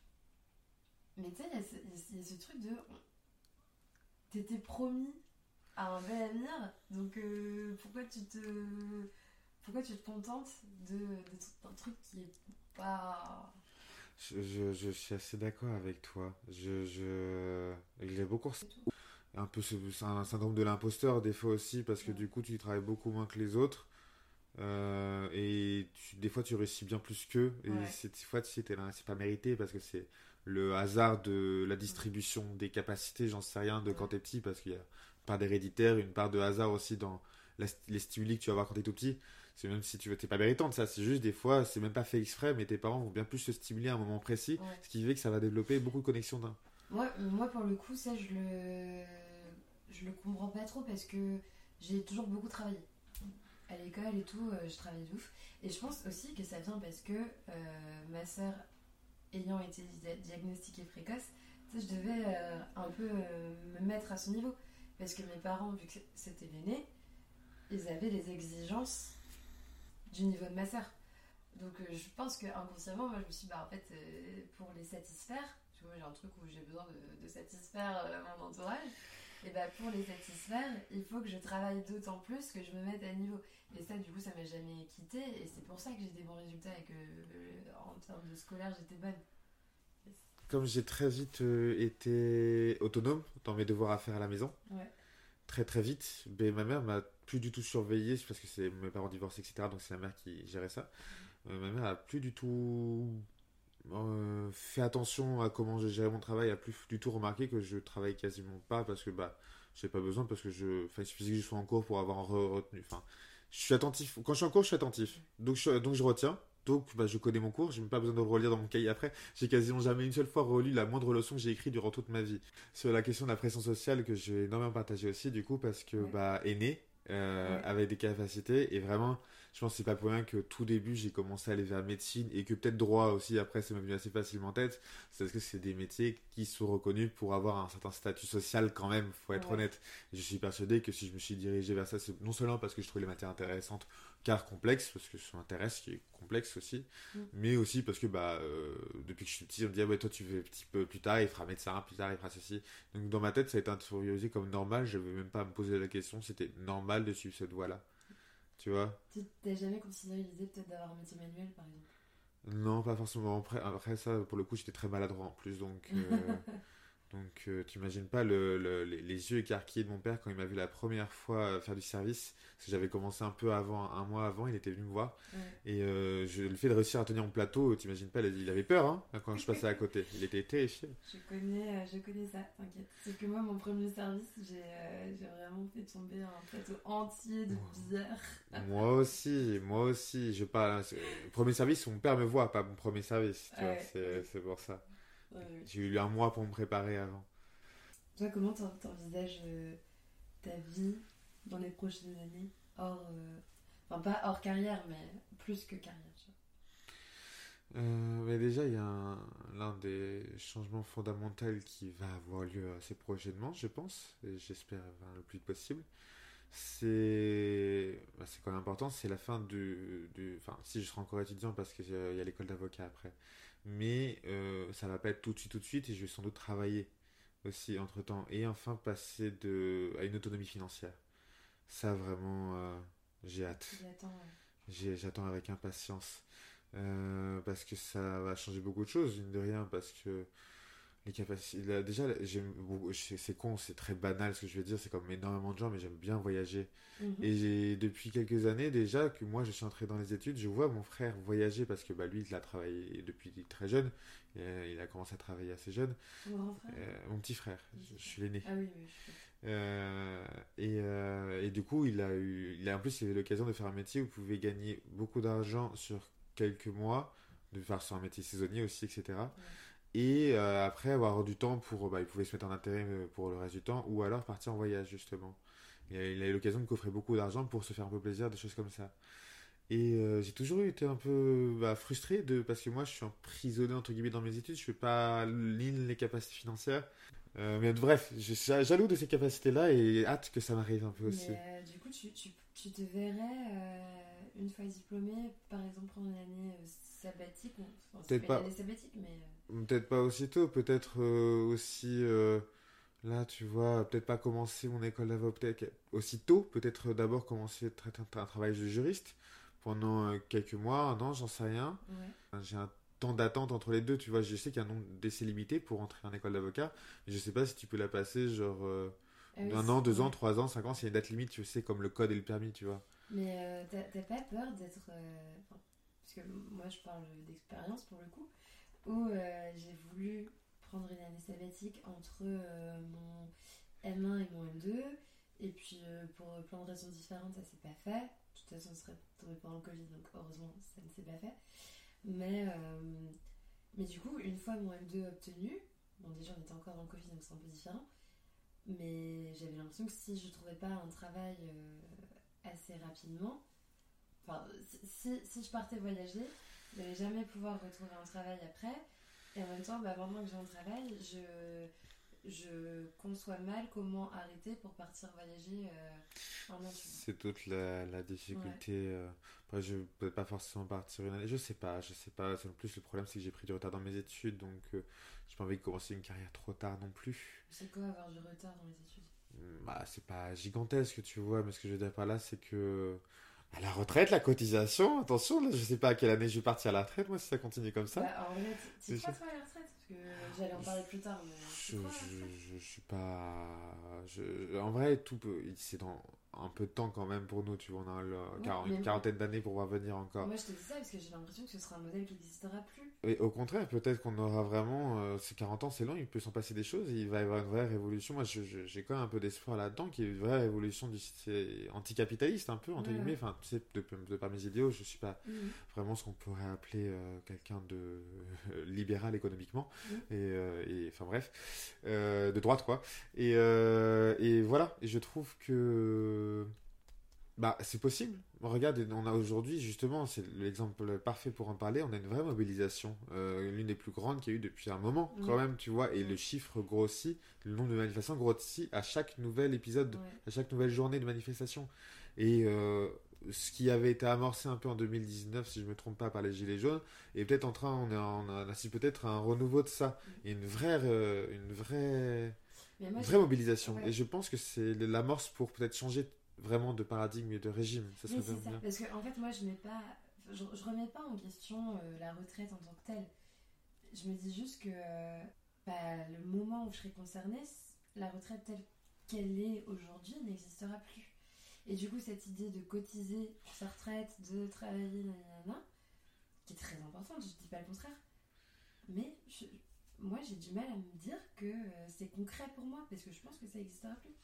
Mais tu sais, il y, a ce- il y a ce truc de. T'étais promis à un bel avenir, donc euh, pourquoi tu te. Pourquoi tu te contentes de, de tout un truc qui est pas. Je, je, je suis assez d'accord avec toi. Je, je... J'ai beaucoup ressenti C'est tout. un peu ce, c'est un syndrome de l'imposteur des fois aussi, parce que Ouais. du coup tu travailles beaucoup moins que les autres. Euh, et tu- des fois tu réussis bien plus qu'eux, et Ouais. cette fois tu t'es là, c'est pas mérité parce que c'est le hasard de la distribution des capacités, j'en sais rien, de Ouais. quand t'es petit, parce qu'il y a une part d'héréditaire, une part de hasard aussi dans la- les stimuli que tu vas avoir quand t'es tout petit. C'est même si tu veux, t'es pas méritant de ça, c'est juste des fois, c'est même pas fait exprès, mais tes parents vont bien plus se stimuler à un moment précis, Ouais. ce qui fait que ça va développer beaucoup de connexions d'un. Moi, moi, pour le coup, ça, je le, je le comprends pas trop parce que j'ai toujours beaucoup travaillé. À l'école et tout, euh, je travaillais de ouf. Et je pense aussi que ça vient parce que euh, ma sœur, ayant été dia- diagnostiquée précoce, tu sais, je devais euh, un peu euh, me mettre à son niveau. Parce que mes parents, vu que c'était l'aîné, ils avaient les exigences du niveau de ma sœur. Donc euh, je pense que inconsciemment, moi je me suis dit, bah en fait, euh, pour les satisfaire, tu vois, j'ai un truc où j'ai besoin de, de satisfaire euh, mon entourage, et bah pour les satisfaire, il faut que je travaille d'autant plus que je me mette à niveau. Et ça, du coup, ça m'a jamais quitté, et c'est pour ça que j'ai des bons résultats et que euh, en termes de scolaire, j'étais bonne. Comme j'ai très vite euh, été autonome dans mes devoirs à faire à la maison, Ouais. très très vite. Mais ma mère m'a plus du tout surveillé parce que c'est mes parents divorcés, et cetera. Donc c'est la mère qui gérait ça. Euh, ma mère a plus du tout euh, fait attention à comment je gérais mon travail, a plus du tout remarqué que je travaille quasiment pas parce que bah j'ai pas besoin parce que je, enfin il suffisait que je sois en cours pour avoir re- retenu. Enfin, je suis attentif. Quand je suis en cours, je suis attentif. Donc je, donc je retiens. Donc bah, je connais mon cours, j'ai même pas besoin de le relire dans mon cahier après. J'ai quasiment jamais une seule fois relu la moindre leçon que j'ai écrite durant toute ma vie. Sur la question de la pression sociale que j'ai énormément partagée aussi du coup parce que Ouais. bah aîné euh, Ouais. avec des capacités et vraiment je pense que c'est pas pour rien que tout début j'ai commencé à aller vers médecine et que peut-être droit aussi après ça m'est venu assez facilement en tête. C'est parce que c'est des métiers qui sont reconnus pour avoir un certain statut social quand même, faut être Ouais. honnête. Et je suis persuadé que si je me suis dirigé vers ça, c'est non seulement parce que je trouvais les matières intéressantes car complexes, parce que ça m'intéresse, qui est complexe aussi, Mm. mais aussi parce que bah euh, depuis que je suis petit, on me dit ah ouais toi tu veux un petit peu plus tard il fera médecin, plus tard il fera ceci. Donc dans ma tête ça a été intériorisé comme normal, je vais même pas me poser la question, c'était normal de suivre cette voie-là. Tu vois? Tu t'as jamais considéré l'idée peut-être d'avoir un métier manuel, par exemple? Non, pas forcément. Après, après ça, pour le coup, j'étais très maladroit en plus, donc euh, donc euh, t'imagines pas le, le- les, les yeux écarquillés de mon père quand il m'a vu la première fois euh, faire du service, parce que j'avais commencé un peu avant, un mois avant, il était venu me voir, Ouais. et euh, je, le fait de réussir à tenir mon plateau, t'imagines pas, il avait peur hein, quand je passais à côté, il était terrifié. Je connais, euh, je connais ça, t'inquiète. C'est que moi, mon premier service, j'ai euh, j'ai vraiment fait tomber un plateau entier de bière. Moi aussi, moi aussi, je parle. c'est- Le premier service, mon père me voit, pas mon premier service, tu vois, Ouais. c'est c'est pour ça. Ouais, ouais. J'ai eu un mois pour me préparer avant. Toi, comment t'en- t'envisages euh, ta vie dans les prochaines années? Hors, euh, enfin, pas hors carrière, mais plus que carrière, tu vois. Euh, mais déjà, il y a un- l'un des changements fondamentaux qui va avoir lieu assez prochainement, je pense, et j'espère enfin, le plus vite possible. C'est bah, c'est quand même important, c'est la fin du, du... Enfin, si je serai encore étudiant parce qu'il y a l'école d'avocat après. Mais euh, ça va pas être tout de suite, tout de suite, et je vais sans doute travailler aussi entre-temps. Et enfin passer de... à une autonomie financière. Ça, vraiment, euh, j'ai hâte. J'attends, ouais. J'ai- J'attends avec impatience. Euh, parce que ça va changer beaucoup de choses, mine de rien, parce que les capacités... là, déjà, j'aime beaucoup- c'est c'est con, c'est très banal ce que je vais dire, c'est comme énormément de gens, mais j'aime bien voyager. Mhm. Et j'ai, depuis quelques années déjà, que moi je suis entré dans les études, je vois mon frère voyager, parce que bah, lui, il a travaillé depuis très jeune, et, il a commencé à travailler assez jeune. Ton grand frère? Euh, mon petit frère, je, je suis l'aîné. Ah oui, oui, je sais. Euh, et, euh, et du coup, il a eu, il a en plus, il avait l'occasion de faire un métier où il pouvait gagner beaucoup d'argent sur quelques mois, de faire sur un métier saisonnier aussi, et cetera. Ouais. Et euh, après avoir du temps pour, bah, il pouvait se mettre en intérim euh, pour le reste du temps, ou alors partir en voyage justement. Il a, il a eu l'occasion de coffrer beaucoup d'argent pour se faire un peu plaisir, des choses comme ça. Et euh, j'ai toujours été un peu bah, frustré de, parce que moi je suis emprisonné entre guillemets dans mes études, je fais pas l'île les capacités financières. Euh, mais bref, je suis jaloux de ces capacités-là et hâte que ça m'arrive un peu aussi. Mais euh, du coup, tu, tu, tu te verrais, euh, une fois diplômé, par exemple, prendre une année euh, sabbatique, ou- enfin, c'est Peut-être pas une pas. année sabbatique, mais euh, Peut-être pas aussitôt, peut-être euh, aussi euh, là, tu vois, peut-être pas commencer mon école d'avocat peut-être aussitôt, peut-être d'abord commencer tra- tra- un travail de juriste pendant euh, quelques mois, un an, j'en sais rien. ouais. J'ai un temps d'attente entre les deux, tu vois, je sais qu'il y a un nombre d'essais limité pour entrer en école d'avocat, mais je sais pas si tu peux la passer genre euh, Ah oui, un c'est- an, deux ouais. ans, trois ans, cinq ans, s'il y a une date limite, tu sais, comme le code et le permis, tu vois. Mais euh, t'as t'as pas peur d'être... euh, enfin, parce que moi, je parle d'expérience pour le coup, où euh, j'ai voulu prendre une année sabbatique entre euh, mon M un et mon M deux, et puis euh, pour plein de raisons différentes, ça s'est pas fait. De toute façon, ce serait tombé pendant le Covid, donc heureusement, ça ne s'est pas fait. Mais, euh, mais du coup, une fois mon M deux obtenu, bon, déjà, on était encore dans le Covid, donc c'est un peu différent, mais j'avais l'impression que si je trouvais pas un travail euh, assez rapidement, enfin, si, si je partais voyager, je n'allais jamais pouvoir retrouver un travail après. Et en même temps, bah, maintenant que j'ai un travail, je, je conçois mal comment arrêter pour partir voyager euh, un an. Tu vois. C'est toute la, la difficulté. euh, Après, je peux pas forcément partir une année. Je sais pas, je sais pas. C'est en plus le problème, c'est que j'ai pris du retard dans mes études, donc euh, j'ai pas envie de commencer une carrière trop tard non plus. C'est quoi avoir du retard dans les études? Hum, Bah, c'est pas gigantesque, tu vois, mais ce que je veux dire par là, c'est que à la retraite, la cotisation, attention, là, je sais pas à quelle année je vais partir à la retraite, moi, si ça continue comme ça. Bah, en vrai, tu C'est crois sûr. toi à la retraite? Parce que j'allais en parler plus tard, mais... Je, je, je, je suis pas... Je, en vrai, tout peut... C'est dans un peu de temps quand même pour nous, tu vois. On a le, Ouais, quar- mais une quarantaine d'années pour voir venir encore. Moi, je te dis ça parce que j'ai l'impression que ce sera un modèle qui n'existera plus. Et au contraire, peut-être qu'on aura vraiment... Euh, ces quarante ans, c'est long, il peut s'en passer des choses. Et il va y avoir une vraie révolution. Moi, je, je, j'ai quand même un peu d'espoir là-dedans, qu'il y ait une vraie révolution du c'est anticapitaliste, un peu, entre Ouais, guillemets. ouais. Enfin, tu sais, de, de par mes idéaux, je suis pas Mhm. vraiment ce qu'on pourrait appeler euh, quelqu'un de euh, libéral économiquement. Mhm. Et, euh, et enfin bref, euh, de droite, quoi. Et, euh, et voilà, et je trouve que... Bah, c'est possible. Regarde, on a aujourd'hui, justement, c'est l'exemple parfait pour en parler, on a une vraie mobilisation, euh, l'une des plus grandes qu'il y a eu depuis un moment, Oui. quand même, tu vois, et Oui. le chiffre grossit, le nombre de manifestations grossit à chaque nouvel épisode, Ouais. à chaque nouvelle journée de manifestation. Et euh, ce qui avait été amorcé un peu en deux mille dix-neuf, si je me trompe pas, par les Gilets jaunes, est peut-être en train, on, est, on a- on assiste peut-être à un renouveau de ça, et une vraie, euh, une vraie, Mais moi, une vraie mobilisation. Ouais. Et je pense que c'est l'amorce pour peut-être changer vraiment de paradigme et de régime. Ça serait Oui, c'est vraiment ça. bien. Parce que, en fait, moi, je mets pas... Je, je remets pas en question euh, la retraite en tant que telle. Je me dis juste que euh, bah, le moment où je serai concernée, c- la retraite telle qu'elle est aujourd'hui n'existera plus. Et du coup, cette idée de cotiser pour sa retraite, de travailler, nanana, qui est très importante, je dis pas le contraire. Mais je- moi, j'ai du mal à me dire que euh, c'est concret pour moi, parce que je pense que ça n'existera plus.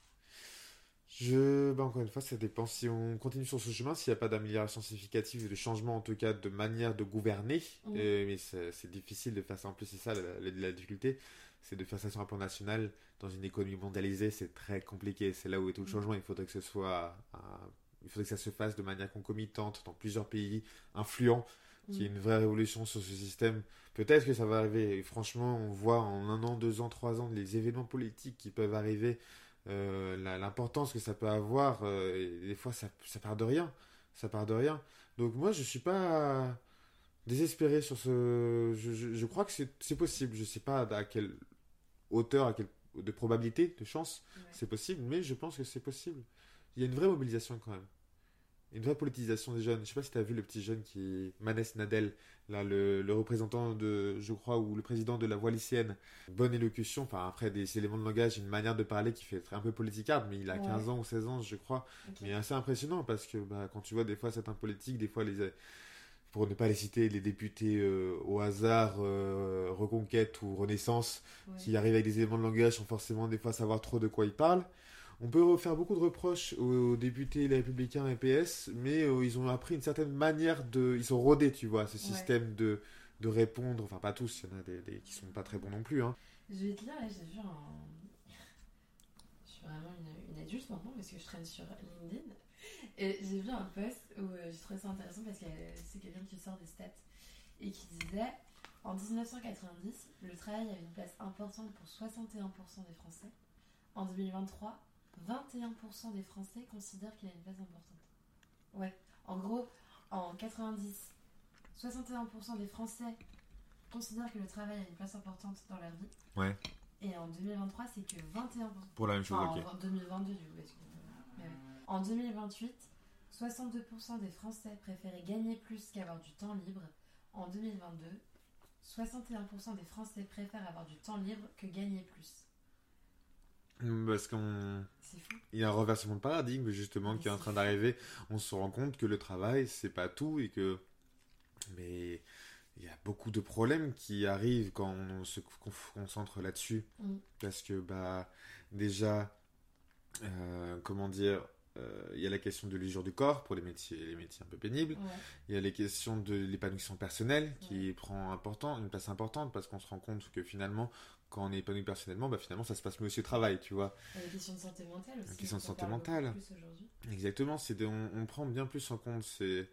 Je, bah encore une fois, ça dépend. Si on continue sur ce chemin, s'il n'y a pas d'amélioration significative, de changement en tout cas de manière de gouverner, Mhm. euh, mais c'est c'est difficile de faire ça. En plus, c'est ça la, la- la difficulté, c'est de faire ça sur un plan national. Dans une économie mondialisée, c'est très compliqué. C'est là où est tout le Mhm. changement. Il faudrait que ce soit, un- il faudrait que ça se fasse de manière concomitante dans plusieurs pays influents, qu'il y ait Mhm. une vraie révolution sur ce système. Peut-être que ça va arriver. Et franchement, on voit en un an, deux ans, trois ans les événements politiques qui peuvent arriver. Euh, la- l'importance que ça peut avoir, euh, et des fois ça, ça part de rien, ça part de rien. Donc moi je suis pas désespéré sur ce, je, je, je crois que c'est c'est possible. Je sais pas à quelle hauteur, à quelle de probabilité, de chance, Ouais. c'est possible, mais je pense que c'est possible. Il y a une vraie mobilisation quand même. Une vraie politisation des jeunes. Je sais pas si tu as vu le petit jeune qui... Manes Nadel, là, le, le représentant de, je crois, ou le président de la voix lycéenne. Bonne élocution, enfin après des éléments de langage, une manière de parler qui fait un peu politicarde, mais il a Ouais. quinze ans ou seize ans, je crois. Ok. Mais assez impressionnant parce que bah, quand tu vois des fois certains politiques, des fois les... Pour ne pas les citer, les députés euh, au hasard, euh, Reconquête ou Renaissance, Ouais. qui arrivent avec des éléments de langage sans forcément des fois savoir trop de quoi ils parlent. On peut faire beaucoup de reproches aux députés les Républicains et P S, mais euh, ils ont appris une certaine manière de... Ils sont rodés, tu vois, à ce Ouais. système de, de répondre. Enfin, pas tous, il y en a des, des qui sont pas très bons non plus. Hein. Je vais te lire, là, j'ai vu un... Je suis vraiment une, une adulte maintenant parce que je traîne sur LinkedIn. Et j'ai vu un post où euh, j'ai trouvé ça intéressant parce que euh, c'est quelqu'un qui sort des stats et qui disait en dix-neuf cent quatre-vingt-dix, le travail avait une place importante pour soixante et un pour cent des Français. En deux mille vingt-trois, vingt et un pour cent des Français considèrent qu'il a une place importante. Ouais, en gros, en quatre-vingt-dix, soixante et un pour cent des Français considèrent que le travail a une place importante dans leur vie. Ouais. Et en deux mille vingt-trois, c'est que vingt et un pour cent. Pour la même chose, Enfin, ok. en deux mille vingt-deux, du coup. Parce que... mais ouais. En deux mille vingt-huit, soixante-deux pour cent des Français préféraient gagner plus qu'avoir du temps libre. En deux mille vingt-deux, soixante et un pour cent des Français préfèrent avoir du temps libre que gagner plus. Parce qu'on... C'est fou. Il y a un renversement de paradigme, justement, Mais qui est en c'est train fou. d'arriver. On se rend compte que le travail, c'est pas tout et que... Mais il y a beaucoup de problèmes qui arrivent quand on se concentre là-dessus. Mm. Parce que, bah, déjà, euh, comment dire, euh, il y a la question de l'usure du corps pour les métiers, les métiers un peu pénibles. Ouais. Il y a les questions de l'épanouissement personnel qui Ouais. prend important, une place importante parce qu'on se rend compte que finalement, quand on est épanoui personnellement, bah finalement ça se passe mieux aussi au travail, tu vois. Il y a la question de santé mentale aussi. La question de on santé parle mentale. beaucoup plus aujourd'hui. Exactement, c'est de- on, on prend bien plus en compte ces,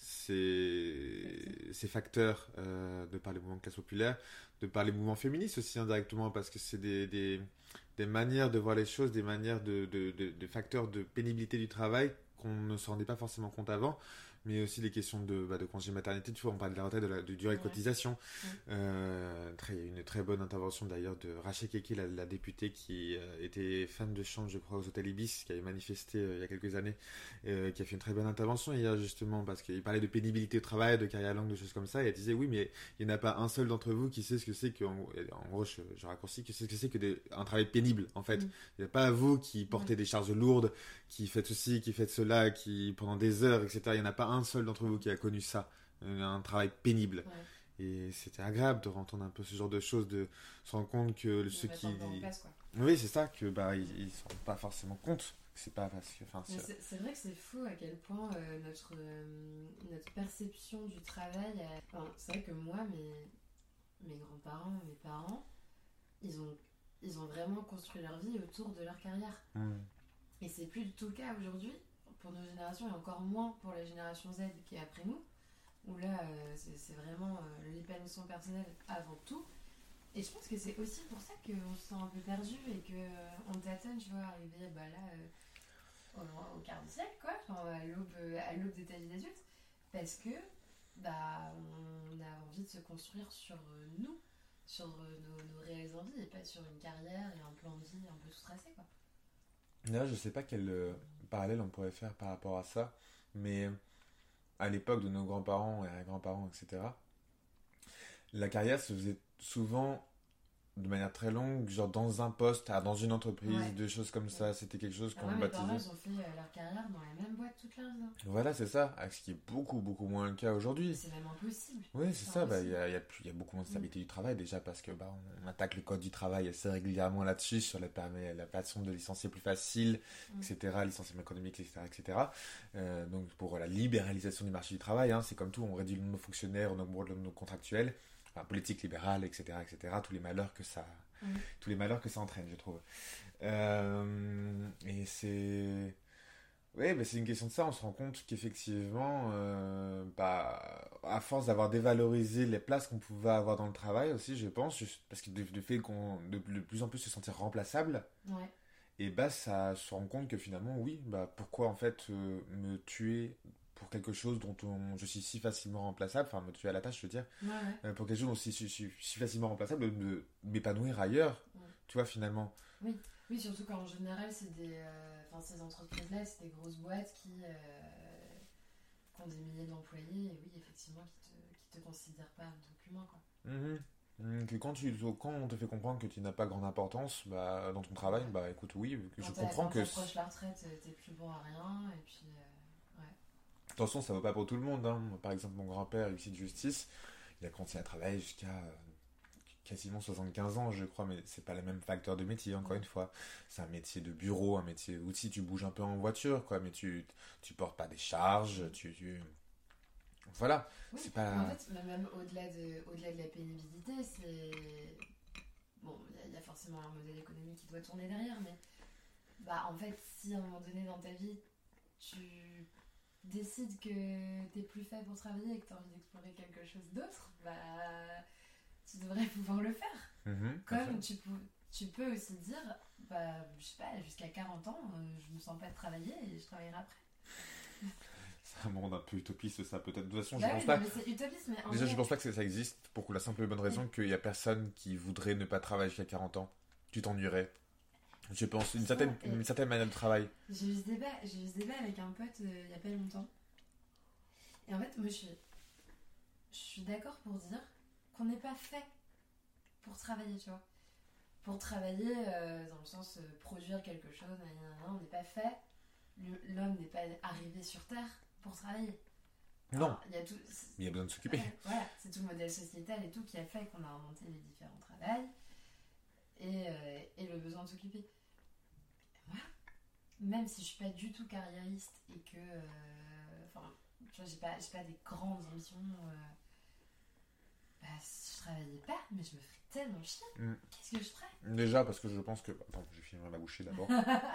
ces, ces facteurs euh, de par les mouvements de classe populaire, de par les mouvements féministes aussi indirectement, parce que c'est des, des, des manières de voir les choses, des manières de, de, de, de facteurs de pénibilité du travail qu'on ne se rendait pas forcément compte avant, mais aussi les questions de, bah, de congé maternité. Tu vois, on parle de la retraite, de la de durée de Ouais. cotisation. Ouais. Euh, très, il y a eu une très bonne intervention d'ailleurs de Rachel Keke, la, la députée qui euh, était femme de chambre, je crois, aux hôtels Ibis, qui avait manifesté euh, il y a quelques années, euh, qui a fait une très bonne intervention hier justement, parce qu'il parlait de pénibilité au travail, de carrière longue, de choses comme ça, et elle disait oui, mais il n'y en a pas un seul d'entre vous qui sait ce que c'est que, en, en gros, je, je raccourcis, qui sait ce que c'est que des, un travail pénible, en fait. Mm. Il n'y a pas vous qui portez Ouais. des charges lourdes, qui faites ceci, qui faites cela, qui pendant des heures, et cetera. Il n'y en a pas un seul d'entre vous qui a connu ça, un travail pénible. Ouais. Et c'était agréable de entendre un peu ce genre de choses, de se rendre compte que De ceux mettre qui... un peu en place, quoi. Oui, c'est ça, que bah ils, ils se rendent pas forcément compte. C'est pas parce que... Enfin, Mais c'est... c'est c'est vrai que c'est fou à quel point euh, notre, euh, notre perception du travail. a- Enfin, c'est vrai que moi, mes, mes grands-parents, mes parents, ils ont, ils ont vraiment construit leur vie autour de leur carrière. Hmm. Et c'est plus du tout le cas aujourd'hui pour nos générations et encore moins pour la génération Z qui est après nous, où là, euh, c'est c'est vraiment euh, l'épanouissement personnel avant tout. Et je pense que c'est aussi pour ça qu'on se sent un peu perdu et qu'on tâtonne, tu vois, arriver bah, là, euh, au, au quart de siècle, quoi, genre à l'aube, à l'aube des vie d'adulte, parce que bah, on a envie de se construire sur euh, nous, sur euh, nos, nos réelles envies et pas sur une carrière et un plan de vie un peu tout tracé, quoi. Là, je sais pas quel euh, parallèle on pourrait faire par rapport à ça, mais à l'époque de nos grands-parents et grands-parents, et cetera, la carrière se faisait souvent de manière très longue, genre dans un poste, ah, dans une entreprise, Ouais. des choses comme ça. C'était quelque chose Ah qu'on ouais, mes parents, baptisait. ils ont fait euh, leur carrière dans la même boîte toute leur vie. hein. Voilà, c'est ça. Ah, ce qui est beaucoup, beaucoup moins le cas aujourd'hui. C'est même impossible. Oui, c'est C'est ça. Bah, il impossible. y a, il y a plus- il y a beaucoup moins de stabilité du travail déjà parce que bah, on, on attaque le code du travail assez régulièrement là-dessus, sur la, permet- la façon de licencier plus facile, Mm. et cetera, licenciement économique, et cetera, et cetera. Euh, donc pour la libéralisation du marché du travail, hein, c'est comme tout, on réduit le nombre de fonctionnaires, on augmente le nombre de contractuels, enfin, politique libérale, et cetera, et cetera. Tous les malheurs que ça, Mm. tous les malheurs que ça entraîne, je trouve. Euh, et c'est... Oui, bah c'est une question de ça. On se rend compte qu'effectivement, euh, bah, à force d'avoir dévalorisé les places qu'on pouvait avoir dans le travail aussi, je pense, juste parce que le le fait qu'on de, de plus en plus se sentir remplaçable, Ouais. et bah ça se rend compte que finalement, oui, bah pourquoi en fait euh, me tuer pour quelque chose dont on- je suis si facilement remplaçable, enfin me tuer à la tâche, je veux dire, Ouais, ouais. euh, pour quelque chose dont je suis, si, si- si facilement remplaçable, de me- m'épanouir ailleurs, Ouais. tu vois, finalement. Oui. Oui, surtout qu'en général, c'est des, euh, enfin, ces entreprises-là, c'est des grosses boîtes qui, euh, qui ont des milliers d'employés et oui, effectivement, qui te, qui te considèrent pas en tant qu'humain, quoi. Mhm. Mhm, Que quand, tu, quand on te fait comprendre que tu n'as pas grande importance bah, dans ton travail, bah écoute, oui, que je Quand t'as- comprends quand que. t'approches la retraite, euh, t'es plus bon à rien et puis, euh, ouais. Attention, ça vaut pas pour tout le monde. Hein. Par exemple, mon grand-père, ici de justice, il a continué à travailler jusqu'à euh, quasiment soixante-quinze ans, je crois, mais c'est pas les mêmes facteurs de métier, encore Ouais. une fois. C'est un métier de bureau, un métier où si tu bouges un peu en voiture, quoi, mais tu, tu portes pas des charges, tu. tu... Voilà, Oui, c'est pas. mais en fait, mais même au-delà de, au-delà de la pénibilité, c'est. Bon, il y a- il y, a forcément un modèle économique qui doit tourner derrière, mais. Bah, en fait, si à un moment donné dans ta vie, tu décides que t'es plus fait pour travailler et que t'as envie d'explorer quelque chose d'autre, bah. Tu devrais pouvoir le faire. Mhm, Comme tu peux, tu peux aussi dire, bah, je sais pas, jusqu'à quarante ans, euh, je me sens pas de travailler et je travaillerai après. c'est un monde un peu utopiste, ça, peut-être. De toute façon, je Bah pense oui, pas. non, mais c'est utopiste, mais en Déjà, vrai, je pense pas que ça ça existe pour la simple et bonne raison qu'il y a personne qui voudrait ne pas travailler jusqu'à quarante ans. Tu t'ennuierais. Je pense, une certaine, et- une certaine manière de travail. J'ai eu ce débat, j'ai eu ce débat avec un pote euh, il y a pas longtemps. Et en fait, moi je suis, je suis d'accord pour dire qu'on n'est pas fait pour travailler, tu vois. Pour travailler euh, dans le sens euh, produire quelque chose, nan, nan, nan, on n'est pas fait. Le- L'homme n'est pas arrivé sur Terre pour travailler. Non, Alors, il y a tout. c'est- mais il y a besoin de s'occuper. Ouais, voilà, c'est tout le modèle sociétal et tout qui a fait qu'on a inventé les différents travails et, euh, et le besoin de s'occuper. Moi, même si je suis pas du tout carriériste et que, euh, enfin, tu vois, j'ai pas, j'ai pas des grandes ambitions. Euh, bah, si je travaillais pas, mais je me ferais tellement chier. Mm. Qu'est-ce que je ferais? Déjà, parce que je pense que... Attends, je vais finir ma bouchée d'abord.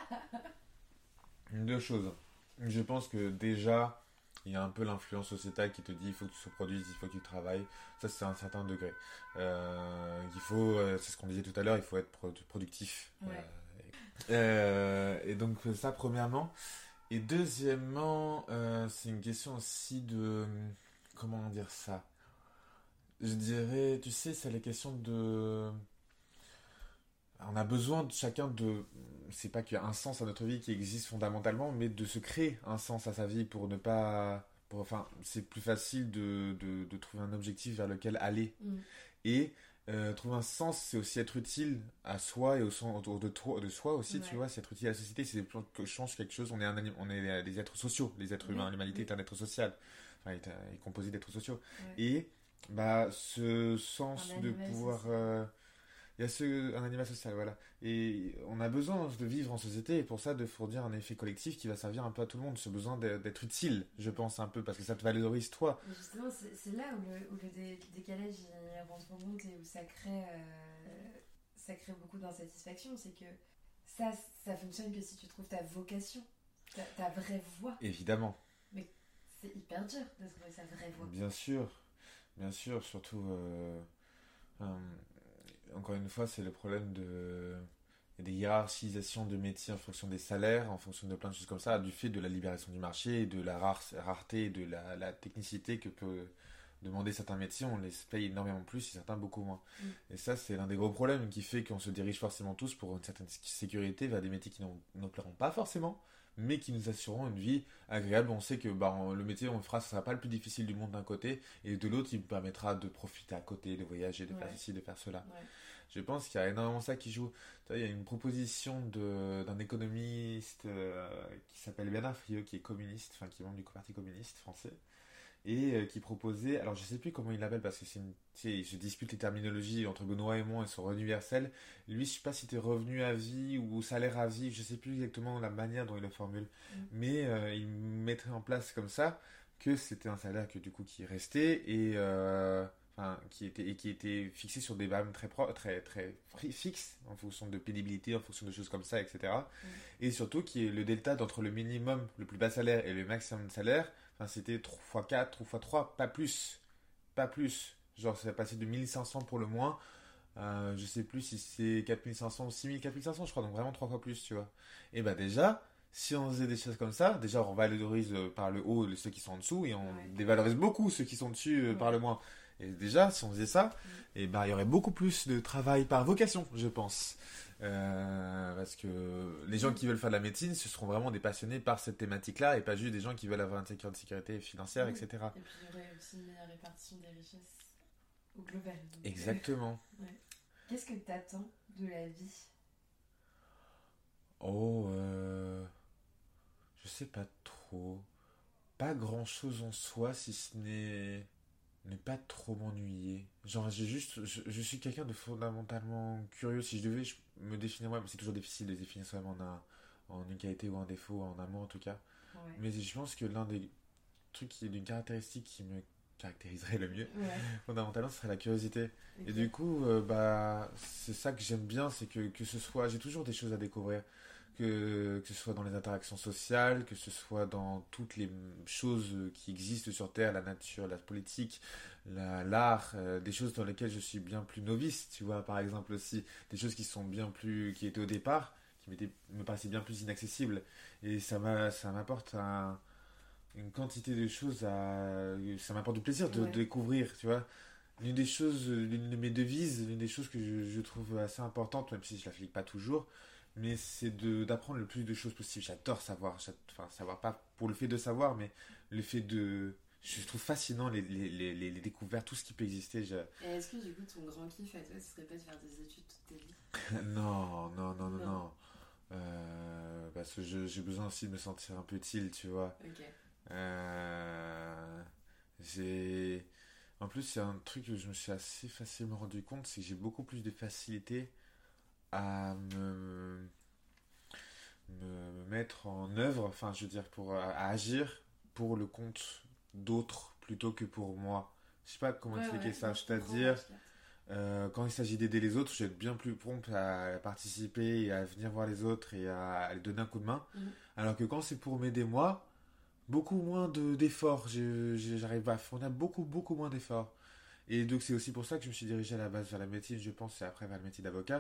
Deux choses. Je pense que déjà, il y a un peu l'influence sociétale qui te dit il faut que tu te produises, il faut que tu travailles. Ça, c'est à un certain degré. Euh, il faut, euh, c'est ce qu'on disait tout à l'heure, il faut être pro- productif. Ouais. Euh, et, euh, et donc, ça, premièrement. Et deuxièmement, euh, c'est une question aussi de... Comment dire ça? Je dirais, tu sais, c'est la question de... On a besoin de chacun de... C'est pas qu'il y a un sens à notre vie qui existe fondamentalement, mais de se créer un sens à sa vie pour ne pas... Pour, enfin, c'est plus facile de, de, de trouver un objectif vers lequel aller. Mm. Et euh, trouver un sens, c'est aussi être utile à soi et au sens autour de, toi, de soi aussi, Ouais. tu vois. C'est être utile à la société, c'est que change quelque chose. On est, un, anim- on est des êtres sociaux, les êtres humains. Oui, L'humanité oui. est un être social. Enfin, il est, il est composé d'êtres sociaux. Ouais. Et bah, ce sens Un de animal pouvoir... social. euh, il y a ce, un animal social, voilà. Et on a besoin de vivre en société et pour ça de fournir un effet collectif qui va servir un peu à tout le monde. Ce besoin d'être d'être utile, je pense, un peu, parce que ça te valorise toi. Mais justement, c'est c'est là où le, où le dé- décalage il rentre en compte et où ça crée, euh, ça crée beaucoup d'insatisfaction. C'est que ça, ça fonctionne que si tu trouves ta vocation, ta, ta vraie voie. Évidemment. Mais c'est hyper dur de trouver sa vraie voie. Bien sûr, bien sûr, surtout, euh, euh, encore une fois, c'est le problème de, il y a des hiérarchisations de métiers en fonction des salaires, en fonction de plein de choses comme ça, du fait de la libération du marché et de la rare, rareté et de la, la technicité que peut demander certains métiers, on les paye énormément plus et certains beaucoup moins. Mm. Et ça, c'est l'un des gros problèmes qui fait qu'on se dirige forcément tous pour une certaine sécurité vers des métiers qui n'en- ne nous plairont pas forcément, mais qui nous assureront une vie agréable. On sait que bah, on- le métier on le fera, ce sera pas le plus difficile du monde d'un côté, et de l'autre, il nous permettra de profiter à côté, de voyager, de faire Ouais. ceci, de faire cela. Ouais. Je pense qu'il y a énormément ça qui joue. Tu vois, il y a une proposition de, d'un économiste euh, qui s'appelle Bernard Friot, qui est communiste, enfin qui est membre du Parti communiste français, et euh, qui proposait, alors je sais plus comment il l'appelle parce que c'est une, tu sais, je dispute les terminologies entre Benoît Hamon et son universel. Lui, je sais pas si c'était revenu à vie ou salaire à vie, je sais plus exactement la manière dont il le formule, Mm. mais euh, il mettrait en place comme ça que c'était un salaire que du coup qui restait et euh, enfin qui était et qui était fixé sur des barèmes très pro, très très fri- fixes en fonction de pénibilité, en fonction de choses comme ça, et cetera. Mm. Et surtout qui est le delta entre le minimum, le plus bas salaire et le maximum de salaire. Enfin, c'était trois fois quatre, trois fois trois, pas plus. Pas plus. Genre, ça passé de mille cinq cents pour le moins. Euh, je sais plus si c'est quatre mille cinq cents ou six mille, quatre mille cinq cents, je crois. Donc vraiment trois fois plus, tu vois. Et bah déjà, si on faisait des choses comme ça, déjà on valorise euh, par le haut ceux qui sont en dessous et on Ouais. dévalorise beaucoup ceux qui sont dessus euh, par Ouais. le moins. Et déjà, si on faisait ça, et bah il y aurait beaucoup plus de travail par vocation, je pense. Euh, parce que les gens qui veulent faire de la médecine, ce seront vraiment des passionnés par cette thématique-là et pas juste des gens qui veulent avoir une sécurité sécurité financière, Mm. et cetera. Et puis il y aurait aussi une meilleure répartition des richesses au global. Donc, Exactement. ouais. Qu'est-ce que t'attends de la vie? Oh, euh... je sais pas trop. Pas grand-chose en soi, si ce n'est ne pas trop m'ennuyer. Genre, j'ai juste, je, je suis quelqu'un de fondamentalement curieux. Si je devais je- me définir moi, mais c'est toujours difficile de définir soi-même en, un, en une qualité ou un défaut, en amour en tout cas. Ouais. Mais je pense que l'un des trucs, qui, d'une caractéristique qui me caractériserait le mieux, Ouais. fondamentalement, ce serait la curiosité. Ok. Et du coup, euh, bah, c'est ça que j'aime bien, c'est que, que ce soit, j'ai toujours des choses à découvrir. Que, que ce soit dans les interactions sociales, que ce soit dans toutes les choses qui existent sur Terre, la nature, la politique, la, l'art, euh, des choses dans lesquelles je suis bien plus novice, tu vois, par exemple aussi, des choses qui sont bien plus, qui étaient au départ, qui m'étaient, me paraissaient bien plus inaccessibles. Et ça m'a, ça m'apporte un, une quantité de choses à, ça m'apporte du plaisir de, Ouais. de découvrir, tu vois. L'une des choses, l'une de mes devises, l'une des choses que je, je trouve assez importante, même si je l'applique pas toujours, mais c'est de d'apprendre le plus de choses possible. J'adore savoir, j'ad- enfin savoir pas pour le fait de savoir, mais le fait de, je trouve fascinant les, les, les, les les découvertes, tout ce qui peut exister. Je- Et est-ce que du coup ton grand kiff à toi ce serait pas de faire des études toute ta vie? Non, non, non, non, Non. non. Euh, parce que je- j'ai besoin aussi de me sentir un peu utile, tu vois. Ok. Euh, j'ai... En plus, c'est un truc que je me suis assez facilement rendu compte, c'est que j'ai beaucoup plus de facilité à me, me, me mettre en œuvre, enfin, je veux dire, pour, à, à agir pour le compte d'autres plutôt que pour moi. Je sais pas comment Ouais, expliquer ouais, ça, non, je comprends, c'est-à-dire, ouais, je euh, quand il s'agit d'aider les autres, je vais être bien plus prompt à participer et à venir voir les autres et à, à les donner un coup de main. Mhm. Alors que quand c'est pour m'aider moi, beaucoup moins de, d'efforts. Je- je- J'arrive à fournir beaucoup, beaucoup moins d'efforts. Et donc c'est aussi pour ça que je me suis dirigé à la base vers la médecine, je pense, et après vers le métier d'avocat.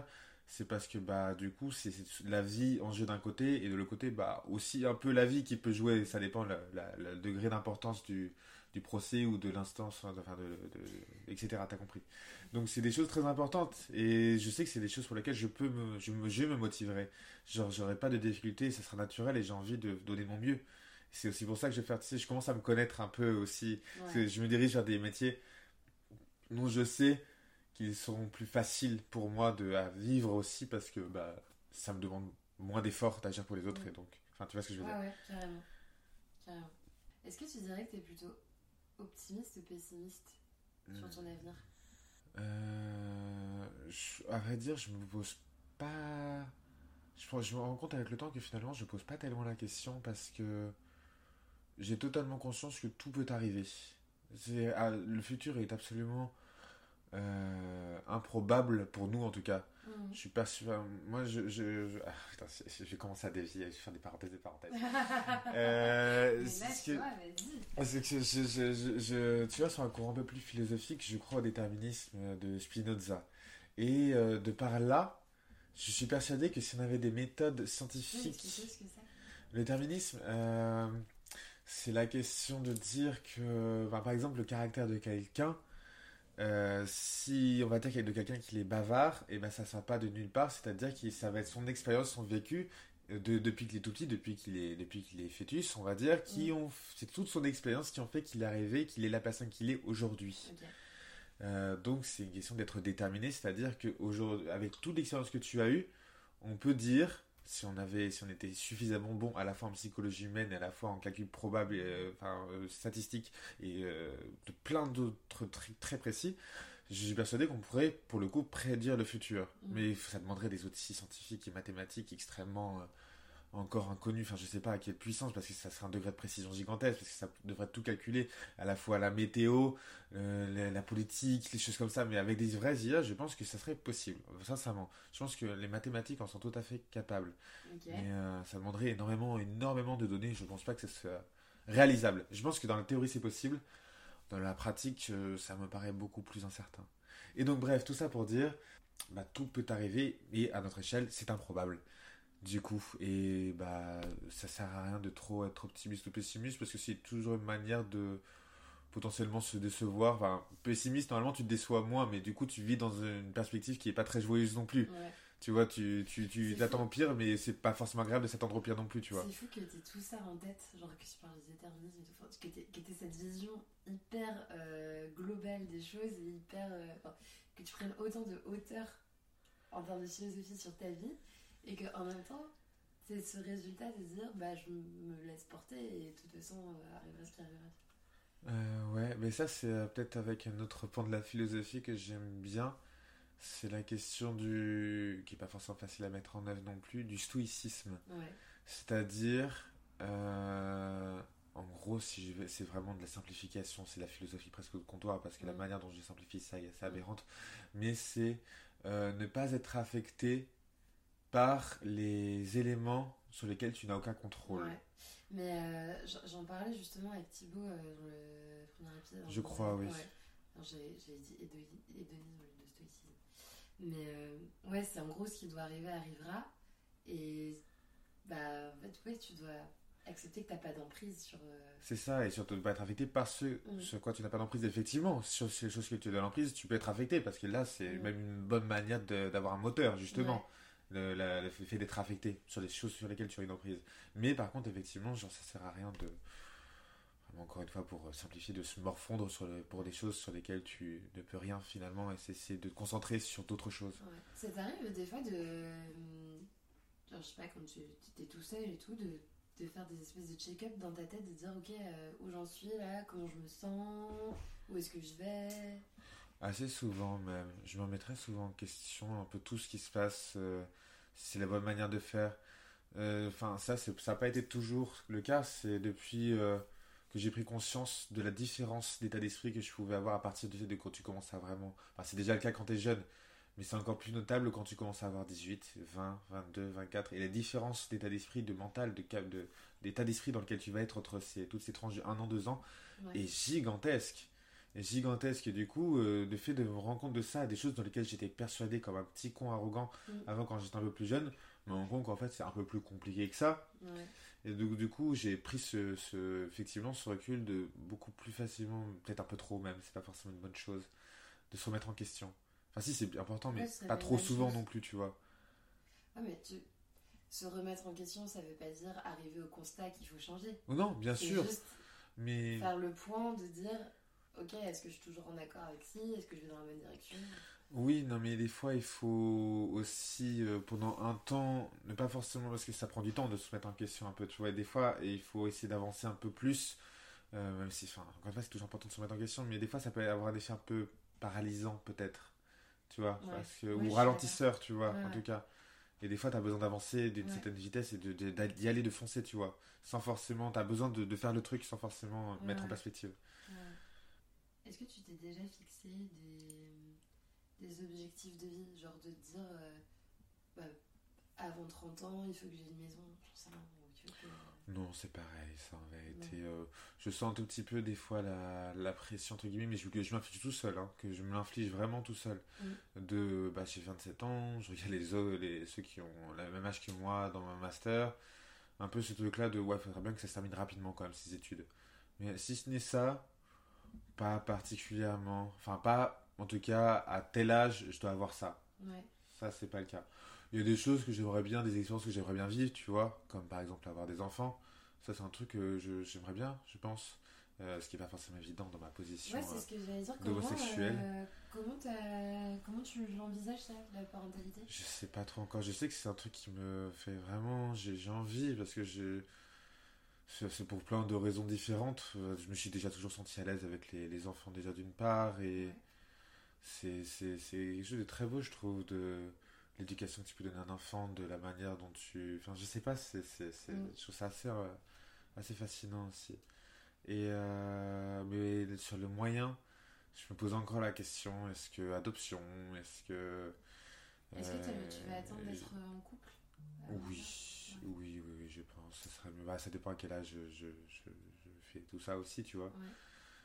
c'est parce que bah du coup c'est, c'est la vie en jeu d'un côté et de l'autre côté bah aussi un peu la vie qui peut jouer, ça dépend la, la, la- le degré d'importance du, du procès ou de l'instance, enfin de, de, de- et cetera. T'as compris. Donc c'est des choses très importantes et je sais que c'est des choses pour lesquelles je peux me, je me, je me motiverai. Genre j'aurai pas de difficultés, ça sera naturel et j'ai envie de donner mon mieux. C'est aussi pour ça que je vais faire, tu sais, je commence à me connaître un peu aussi. Parce que Ouais. je me dirige vers des métiers dont je sais qu'ils seront plus faciles pour moi de, à vivre aussi parce que bah, ça me demande moins d'efforts d'agir pour les autres Mm. et donc, enfin, tu vois ce que je veux Ouais, dire. ouais, carrément. Carrément. Est-ce que tu dirais que t'es plutôt optimiste ou pessimiste sur ton avenir? Euh, je- à vrai dire, je me pose pas. Je, pense- je me rends compte avec le temps que finalement, je pose pas tellement la question parce que j'ai totalement conscience que tout peut arriver. C'est, ah, le futur est absolument euh, improbable pour nous en tout cas. Mhm. Je suis pas sûr. Moi, je, je, je- ah, putain, je, je vais commencer à dévier, je vais faire des parenthèses, des parenthèses. Euh, Mais c'est là, ce tu que- vois, vas-y. c'est que je, je, je, je- tu vois, sur un courant un peu plus philosophique, je crois au déterminisme de Spinoza. Et euh, de par là, je suis persuadé que si on avait des méthodes Tu peux scientifiques. m'expliquer ce que c'est? Le déterminisme, euh, c'est la question de dire que, ben, par exemple, le caractère de quelqu'un, euh, si on va dire qu'il y a de quelqu'un qui est bavard, et ben ça ne sort pas de nulle part, c'est-à-dire que ça va être son expérience, son vécu, euh, de, depuis qu'il est tout petit, depuis qu'il est, depuis qu'il est fœtus, on va dire, qui Mm. ont, c'est toute son expérience qui ont fait qu'il est arrivé, qu'il est la personne qu'il est aujourd'hui. Ok. Euh, donc c'est une question d'être déterminé, c'est-à-dire que aujourd'hui, avec toute l'expérience que tu as eue, on peut dire, si on avait, si on était suffisamment bon à la fois en psychologie humaine et à la fois en calcul probable, et, euh, enfin euh, statistique et euh, de plein d'autres trucs très précis, je suis persuadé qu'on pourrait pour le coup prédire le futur. Mm. Mais ça demanderait des outils scientifiques et mathématiques extrêmement euh, encore inconnu, enfin je sais pas à quelle puissance, parce que ça serait un degré de précision gigantesque, parce que ça devrait tout calculer, à la fois la météo, euh, la, la politique, les choses comme ça, mais avec des vraies I A, je pense que ça serait possible, sincèrement. Je pense que les mathématiques en sont tout à fait capables, Ok. mais euh, ça demanderait énormément, énormément de données, je pense pas que ça soit réalisable. Je pense que dans la théorie c'est possible, dans la pratique euh, ça me paraît beaucoup plus incertain. Et donc bref, tout ça pour dire, bah, tout peut arriver, et à notre échelle c'est improbable. Du coup, et bah ça sert à rien de trop être optimiste ou pessimiste parce que c'est toujours une manière de potentiellement se décevoir. Enfin, pessimiste, normalement tu te déçois moins, mais du coup tu vis dans une perspective qui est pas très joyeuse non plus. Ouais. Tu vois, tu, tu, tu C'est t'attends fou. au pire, mais c'est pas forcément agréable de s'attendre au pire non plus, tu vois. C'est fou que t'aies tout ça en tête, genre que tu parles du déterminisme et tout, enfin, que t'aies, que t'aies cette vision hyper euh, globale des choses et hyper. euh, enfin, que tu prennes autant de hauteur en termes de philosophie sur ta vie et qu'en même temps, c'est ce résultat de se dire bah je me laisse porter et de toute façon, euh, arrivera ce qui arrivera. Euh, ouais, mais ça c'est euh, peut-être avec un autre pan de la philosophie que j'aime bien. C'est la question du... qui est pas forcément facile à mettre en œuvre non plus, du stoïcisme. Ouais. C'est-à-dire, euh, en gros, si je vais, c'est vraiment de la simplification, c'est la philosophie presque de comptoir, parce que la Mm. manière dont je simplifie ça est assez aberrante, mais c'est euh, ne pas être affecté par les éléments sur lesquels tu n'as aucun contrôle. Ouais. Mais euh, j'en j'en parlais justement avec Thibaut euh, dans le premier épisode. Je crois, oui. Ouais. Alors, J'ai j'ai dit hédoni- hédonisme au lieu de stoïcisme. Mais euh, ouais, c'est en gros ce qui doit arriver arrivera. Et bah, en fait, ouais, tu dois accepter que t'as pas d'emprise sur. euh, C'est ça, et surtout ne pas être affecté par ce Mm. sur quoi tu n'as pas d'emprise. Effectivement, sur ces choses que tu as de l'emprise, tu peux être affecté, parce que là, c'est Mm. même une bonne manière de- d'avoir un moteur, justement. Le, la- le fait d'être affecté sur les choses sur lesquelles tu as une emprise. Mais par contre, effectivement, genre, ça sert à rien de. Vraiment, encore une fois, pour simplifier, de se morfondre sur le- pour des choses sur lesquelles tu ne peux rien finalement, et c'est c'est de te concentrer sur d'autres choses. Ouais. Ça t'arrive des fois de. hum, Genre, je sais pas, quand tu tu- t'es tout seul et tout, de, de faire des espèces de check-up dans ta tête, de dire ok, euh, où j'en suis là, comment je me sens, où est-ce que je vais. Assez souvent même. Je me remets très souvent en question un peu tout ce qui se passe, euh, si c'est la bonne manière de faire. Euh, Enfin, ça, c'est- ça n'a pas été toujours le cas. C'est depuis euh, que j'ai pris conscience de la différence d'état d'esprit que je pouvais avoir à partir de, de quand tu commences à vraiment. Enfin, c'est déjà le cas quand tu es jeune, mais c'est encore plus notable quand tu commences à avoir dix-huit, vingt, vingt-deux, vingt-quatre. Et la différence d'état d'esprit, de mental, de cap, de, d'état d'esprit dans lequel tu vas être entre ces, toutes ces tranches de un an, deux ans Ouais. est gigantesque. est gigantesque. Et du coup, euh, le fait de me rendre compte de ça, des choses dans lesquelles j'étais persuadé comme un petit con arrogant Mm. avant quand j'étais un peu plus jeune, je me rends compte qu'en fait c'est un peu plus compliqué que ça. Ouais. Et donc du coup, j'ai pris ce, ce, effectivement ce recul de beaucoup plus facilement, peut-être un peu trop même, c'est pas forcément une bonne chose, de se remettre en question. Enfin si, c'est important, mais Ouais, ce serait pas pas une trop bonne souvent chose. non plus, tu vois. Ah, mais tu... se remettre en question, ça veut pas dire arriver au constat qu'il faut changer. Oh non, bien C'est sûr, juste mais... faire le point de dire, ok, est-ce que je suis toujours en accord avec ci, est-ce que je vais dans la bonne direction? Oui, non, mais des fois, il faut aussi, euh, pendant un temps, ne pas forcément, parce que ça prend du temps de se mettre en question un peu, tu vois, et des fois, et il faut essayer d'avancer un peu plus, euh, même si, enfin, encore une fois, c'est toujours important de se remettre en question, mais des fois, ça peut avoir un effet un peu paralysant, peut-être, tu vois, Ouais. parce que, Ouais, je ou suis ralentisseur, tu vois, Ouais, en ouais. tout cas. Et des fois, t'as besoin d'avancer d'une Ouais. certaine vitesse et de, de- d'a- d'y aller, de foncer, tu vois, sans forcément, t'as besoin de, de faire le truc sans forcément Ouais, mettre en ouais. perspective. Ouais. Est-ce que tu t'es déjà fixé des, des objectifs de vie, genre de te dire, euh, bah, avant trente ans, il faut que j'ai une maison, j'en sais rien, ou tu veux que... Non, c'est pareil, ça en vérité. Euh, je sens un tout petit peu des fois la, la pression, entre guillemets, mais je, que je m'inflige tout seul, hein, que je me l'inflige vraiment tout seul. Mm. De, bah, j'ai vingt-sept ans, je regarde les, autres- les ceux qui ont le même âge que moi dans ma master. Un peu ce truc-là de, ouais, faudrait bien que ça se termine rapidement quand même, ces études. Mais si ce n'est ça, pas particulièrement. Enfin, pas, en tout cas, à tel âge, je dois avoir ça. Ouais. Ça, c'est pas le cas. Il y a des choses que j'aimerais bien, des expériences que j'aimerais bien vivre, tu vois, comme par exemple avoir des enfants. Ça, c'est un truc que je, j'aimerais bien, je pense. Euh, ce qui n'est pas forcément évident dans ma position Ouais, c'est euh, ce que j'allais dire. Comment, d'homosexuel. euh, comment, t'as- comment tu l'envisages, ça, la parentalité? Je sais pas trop encore. Je sais que c'est un truc qui me fait vraiment. J'ai, j'ai envie parce que j'ai. C'est c'est pour plein de raisons différentes. Euh, Je me suis déjà toujours senti à l'aise avec les, les enfants, déjà d'une part. Et Ouais. c'est, c'est, c'est quelque chose de très beau, je trouve, de l'éducation que tu peux donner à un enfant, de la manière dont tu. Enfin, je sais pas, c'est, c'est, c'est... Mm. je trouve ça assez, euh, assez fascinant aussi. Et euh, mais sur le moyen, je me pose encore la question, est-ce que adoption, est-ce que... Est-ce que t'as- euh, tu vas attendre d'être en couple? Euh, Oui, ouais. oui, oui, oui, je pense. Ça serait mieux. Bah, ça dépend à quel âge je, je, je, je fais tout ça aussi, tu vois. Ouais.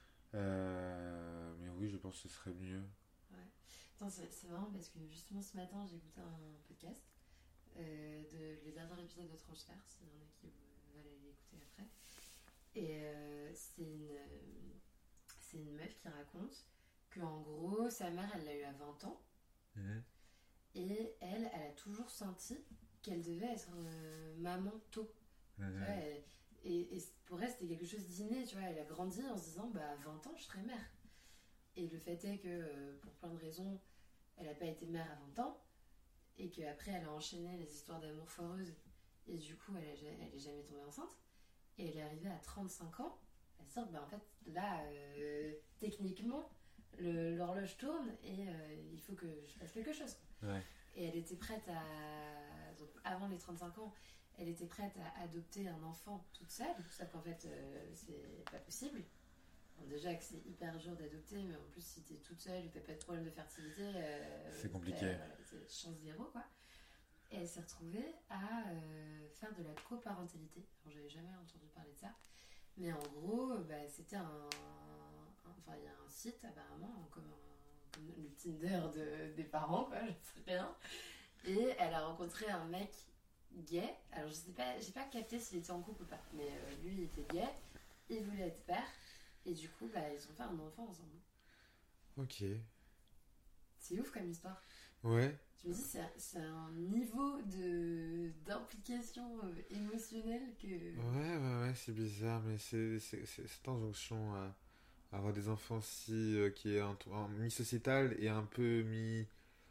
Euh, mais oui, je pense que ce serait mieux. Ouais. Attends, c'est c'est marrant parce que justement ce matin j'ai écouté un podcast euh, de le dernier épisode de Transfert, s'il y en a qui veulent aller l'écouter après. Et euh, c'est une euh, c'est une meuf qui raconte que en gros sa mère elle l'a eu à vingt ans Mhm. et elle elle a toujours senti qu'elle devait être euh, maman tôt. Tu Mhm. vois, elle- et, et pour elle c'était quelque chose d'inné, tu vois, elle a grandi en se disant bah à vingt ans je serai mère. Et le fait est que, euh, pour plein de raisons, elle n'a pas été mère à vingt ans, et qu'après, elle a enchaîné les histoires d'amour foireuses, et du coup, elle n'est jamais tombée enceinte. Et elle est arrivée à trente-cinq ans, elle se dit, bah, en fait, là, euh, techniquement, le- l'horloge tourne, et euh, il faut que je fasse quelque chose. Ouais. Et elle était prête à... Donc, avant les trente-cinq ans, elle était prête à adopter un enfant toute seule, sauf qu'en fait, euh, c'est pas possible. Bon, déjà que c'est hyper dur d'adopter, mais en plus si t'es toute seule et que t'as pas de problème de fertilité, euh, C'est compliqué. t'as- voilà, c'est chance zéro quoi. Et elle s'est retrouvée à euh, faire de la coparentalité. Alors j'avais jamais entendu parler de ça, mais en gros, bah, c'était un, un- enfin il y a un site apparemment comme, un- comme le Tinder de, des parents quoi, je sais rien. Et elle a rencontré un mec gay. Alors je sais pas, j'ai pas capté s'il était en couple ou pas, mais euh, lui il était gay, il voulait être père. Et du coup, bah, ils ont fait un enfant ensemble. Ok. C'est ouf comme histoire. Ouais. Je me dis, c'est, c'est un niveau de, d'implication euh, émotionnelle que... Ouais, ouais, ouais, c'est bizarre, mais c'est, c'est, c'est cette injonction à, à avoir des enfants si, euh, qui est un, un mi-sociétal et un peu mi...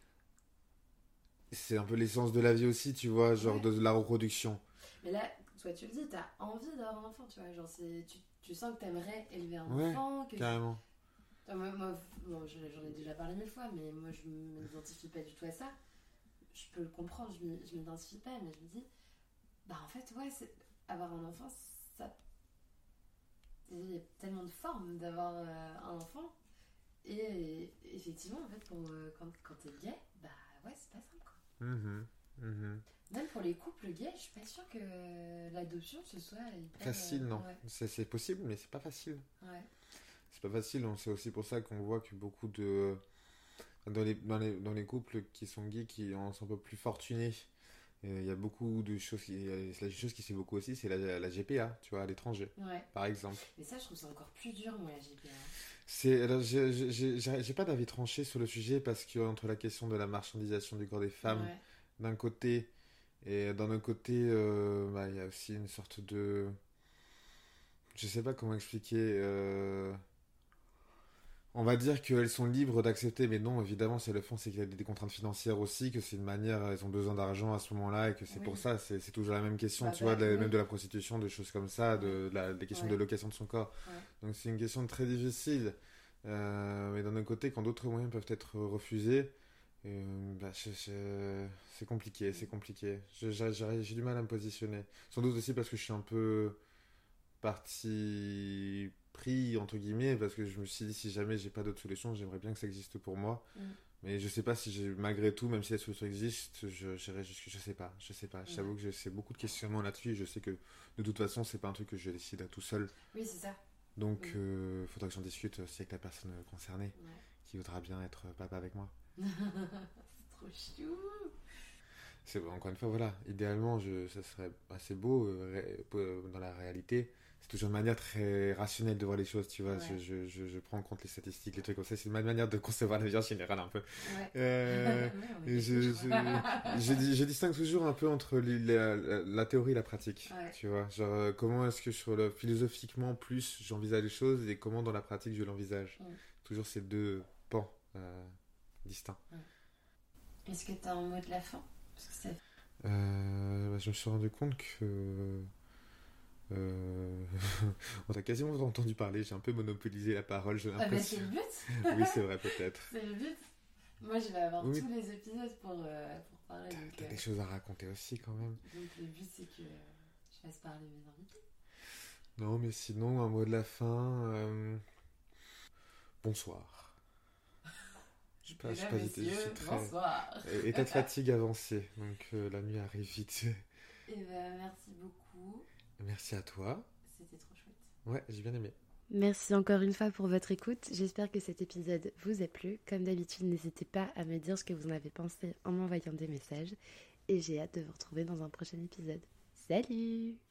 C'est un peu l'essence de la vie aussi, tu vois, genre Ouais. de la reproduction. Mais là, toi tu le dis, t'as envie d'avoir un enfant, tu vois. Genre, c'est, tu, tu sens que t'aimerais élever un Ouais, enfant. Que... Carrément. Enfin, moi, moi, bon, je- j'en ai déjà parlé mille fois, mais moi je m'identifie pas du tout à ça. Je peux le comprendre, je m'y- je m'identifie pas, mais je me dis, bah en fait, ouais, c'est... avoir un enfant, ça. Il y a tellement de formes d'avoir euh, un enfant. Et, et effectivement, en fait, pour, euh, quand, quand t'es gay, bah ouais, c'est pas simple quoi. Mhm, mhm. Même pour les couples gays, je suis pas sûre que l'adoption ce soit hyper, Facile, euh, non. Ouais, C'est, c'est possible, mais c'est pas facile. ouais. c'est pas facile. Donc c'est aussi pour ça qu'on voit que beaucoup de... Dans les, dans les, dans les couples qui sont gays, qui en sont un peu plus fortunés, euh, il y a beaucoup de choses qui... La chose qui se fait beaucoup aussi, c'est la, la G P A, tu vois, à l'étranger, Ouais. par exemple. Mais ça, je trouve ça encore plus dur, moi, la G P A. C'est, alors, j'ai, j'ai, j'ai, j'ai pas d'avis tranché sur le sujet parce que entre la question de la marchandisation du corps des femmes, Ouais. d'un côté, et d'un autre côté, euh, bah, il y a aussi une sorte de... Je sais pas comment expliquer... euh, On va dire qu'elles sont libres d'accepter, mais non, évidemment, si elles le font, c'est qu'il y a des contraintes financières aussi, que c'est une manière, elles ont besoin d'argent à ce moment-là, et que c'est Oui. pour ça, c'est, c'est toujours la même question, Bah, tu bah, vois, de- oui. même de la prostitution, de choses comme ça, de, de la, des questions Ouais. de location de son corps. Ouais. Donc c'est une question très difficile. Euh, mais d'un autre côté, quand d'autres moyens peuvent être refusés, euh, bah, je- je- c'est compliqué, c'est compliqué. Je- j'ai, j'ai- j'ai du mal à me positionner. Sans doute aussi parce que je suis un peu parti pris entre guillemets parce que je me suis dit si jamais j'ai pas d'autre solution j'aimerais bien que ça existe pour moi Mm. mais je sais pas si j'ai malgré tout même si la solution existe je j'irai jusque je sais pas je sais pas je t'avoue que j'ai c'est beaucoup de questionnements là-dessus et je sais que de toute façon c'est pas un truc que je décide à tout seul Oui, c'est ça. donc Mm. euh, faudra que j'en discute aussi avec la personne concernée Ouais. qui voudra bien être papa avec moi. C'est trop chou. C'est encore une fois voilà idéalement je ça serait assez beau euh, ré- euh, dans la réalité. C'est toujours une manière très rationnelle de voir les choses, tu vois. Ouais. Je, je, je, je prends en compte les statistiques, les trucs comme ça. C'est ma manière de concevoir la vie en général, un peu. Ouais. Euh, Ouais, on est et je, d'accord, je crois. je, je, dis- je distingue toujours un peu entre les- la, la, la théorie et la pratique, Ouais. tu vois. Genre, euh, comment est-ce que sur le, philosophiquement, plus j'envisage les choses et comment dans la pratique je l'envisage. Mm. Toujours ces deux pans euh, distincts. Est-ce que t'as un mot de la fin? Parce que ça... Euh, bah, je me suis rendu compte que... Euh... On t'a quasiment entendu parler, j'ai un peu monopolisé la parole, j'ai Ah bah l'impression. c'est le but. Oui, c'est vrai, peut-être. C'est le but. Moi, je vais avoir Oui. tous les épisodes pour, euh, pour parler. T'as Donc, t'as euh, des choses à raconter aussi, quand même. donc le but, c'est que je fasse parler mes invités. Non, mais sinon, un mot de la fin. euh, Bonsoir. Je sais pas, je sais pas, Mesdames, j'étais- je suis messieurs, très... bonsoir. Et- État de fatigue avancé, donc euh, la nuit arrive vite. Et ben, merci beaucoup. Merci à toi. C'était trop chouette. Ouais, j'ai bien aimé. Merci encore une fois pour votre écoute. J'espère que cet épisode vous a plu. Comme d'habitude, n'hésitez pas à me dire ce que vous en avez pensé en m'envoyant des messages. Et j'ai hâte de vous retrouver dans un prochain épisode. Salut!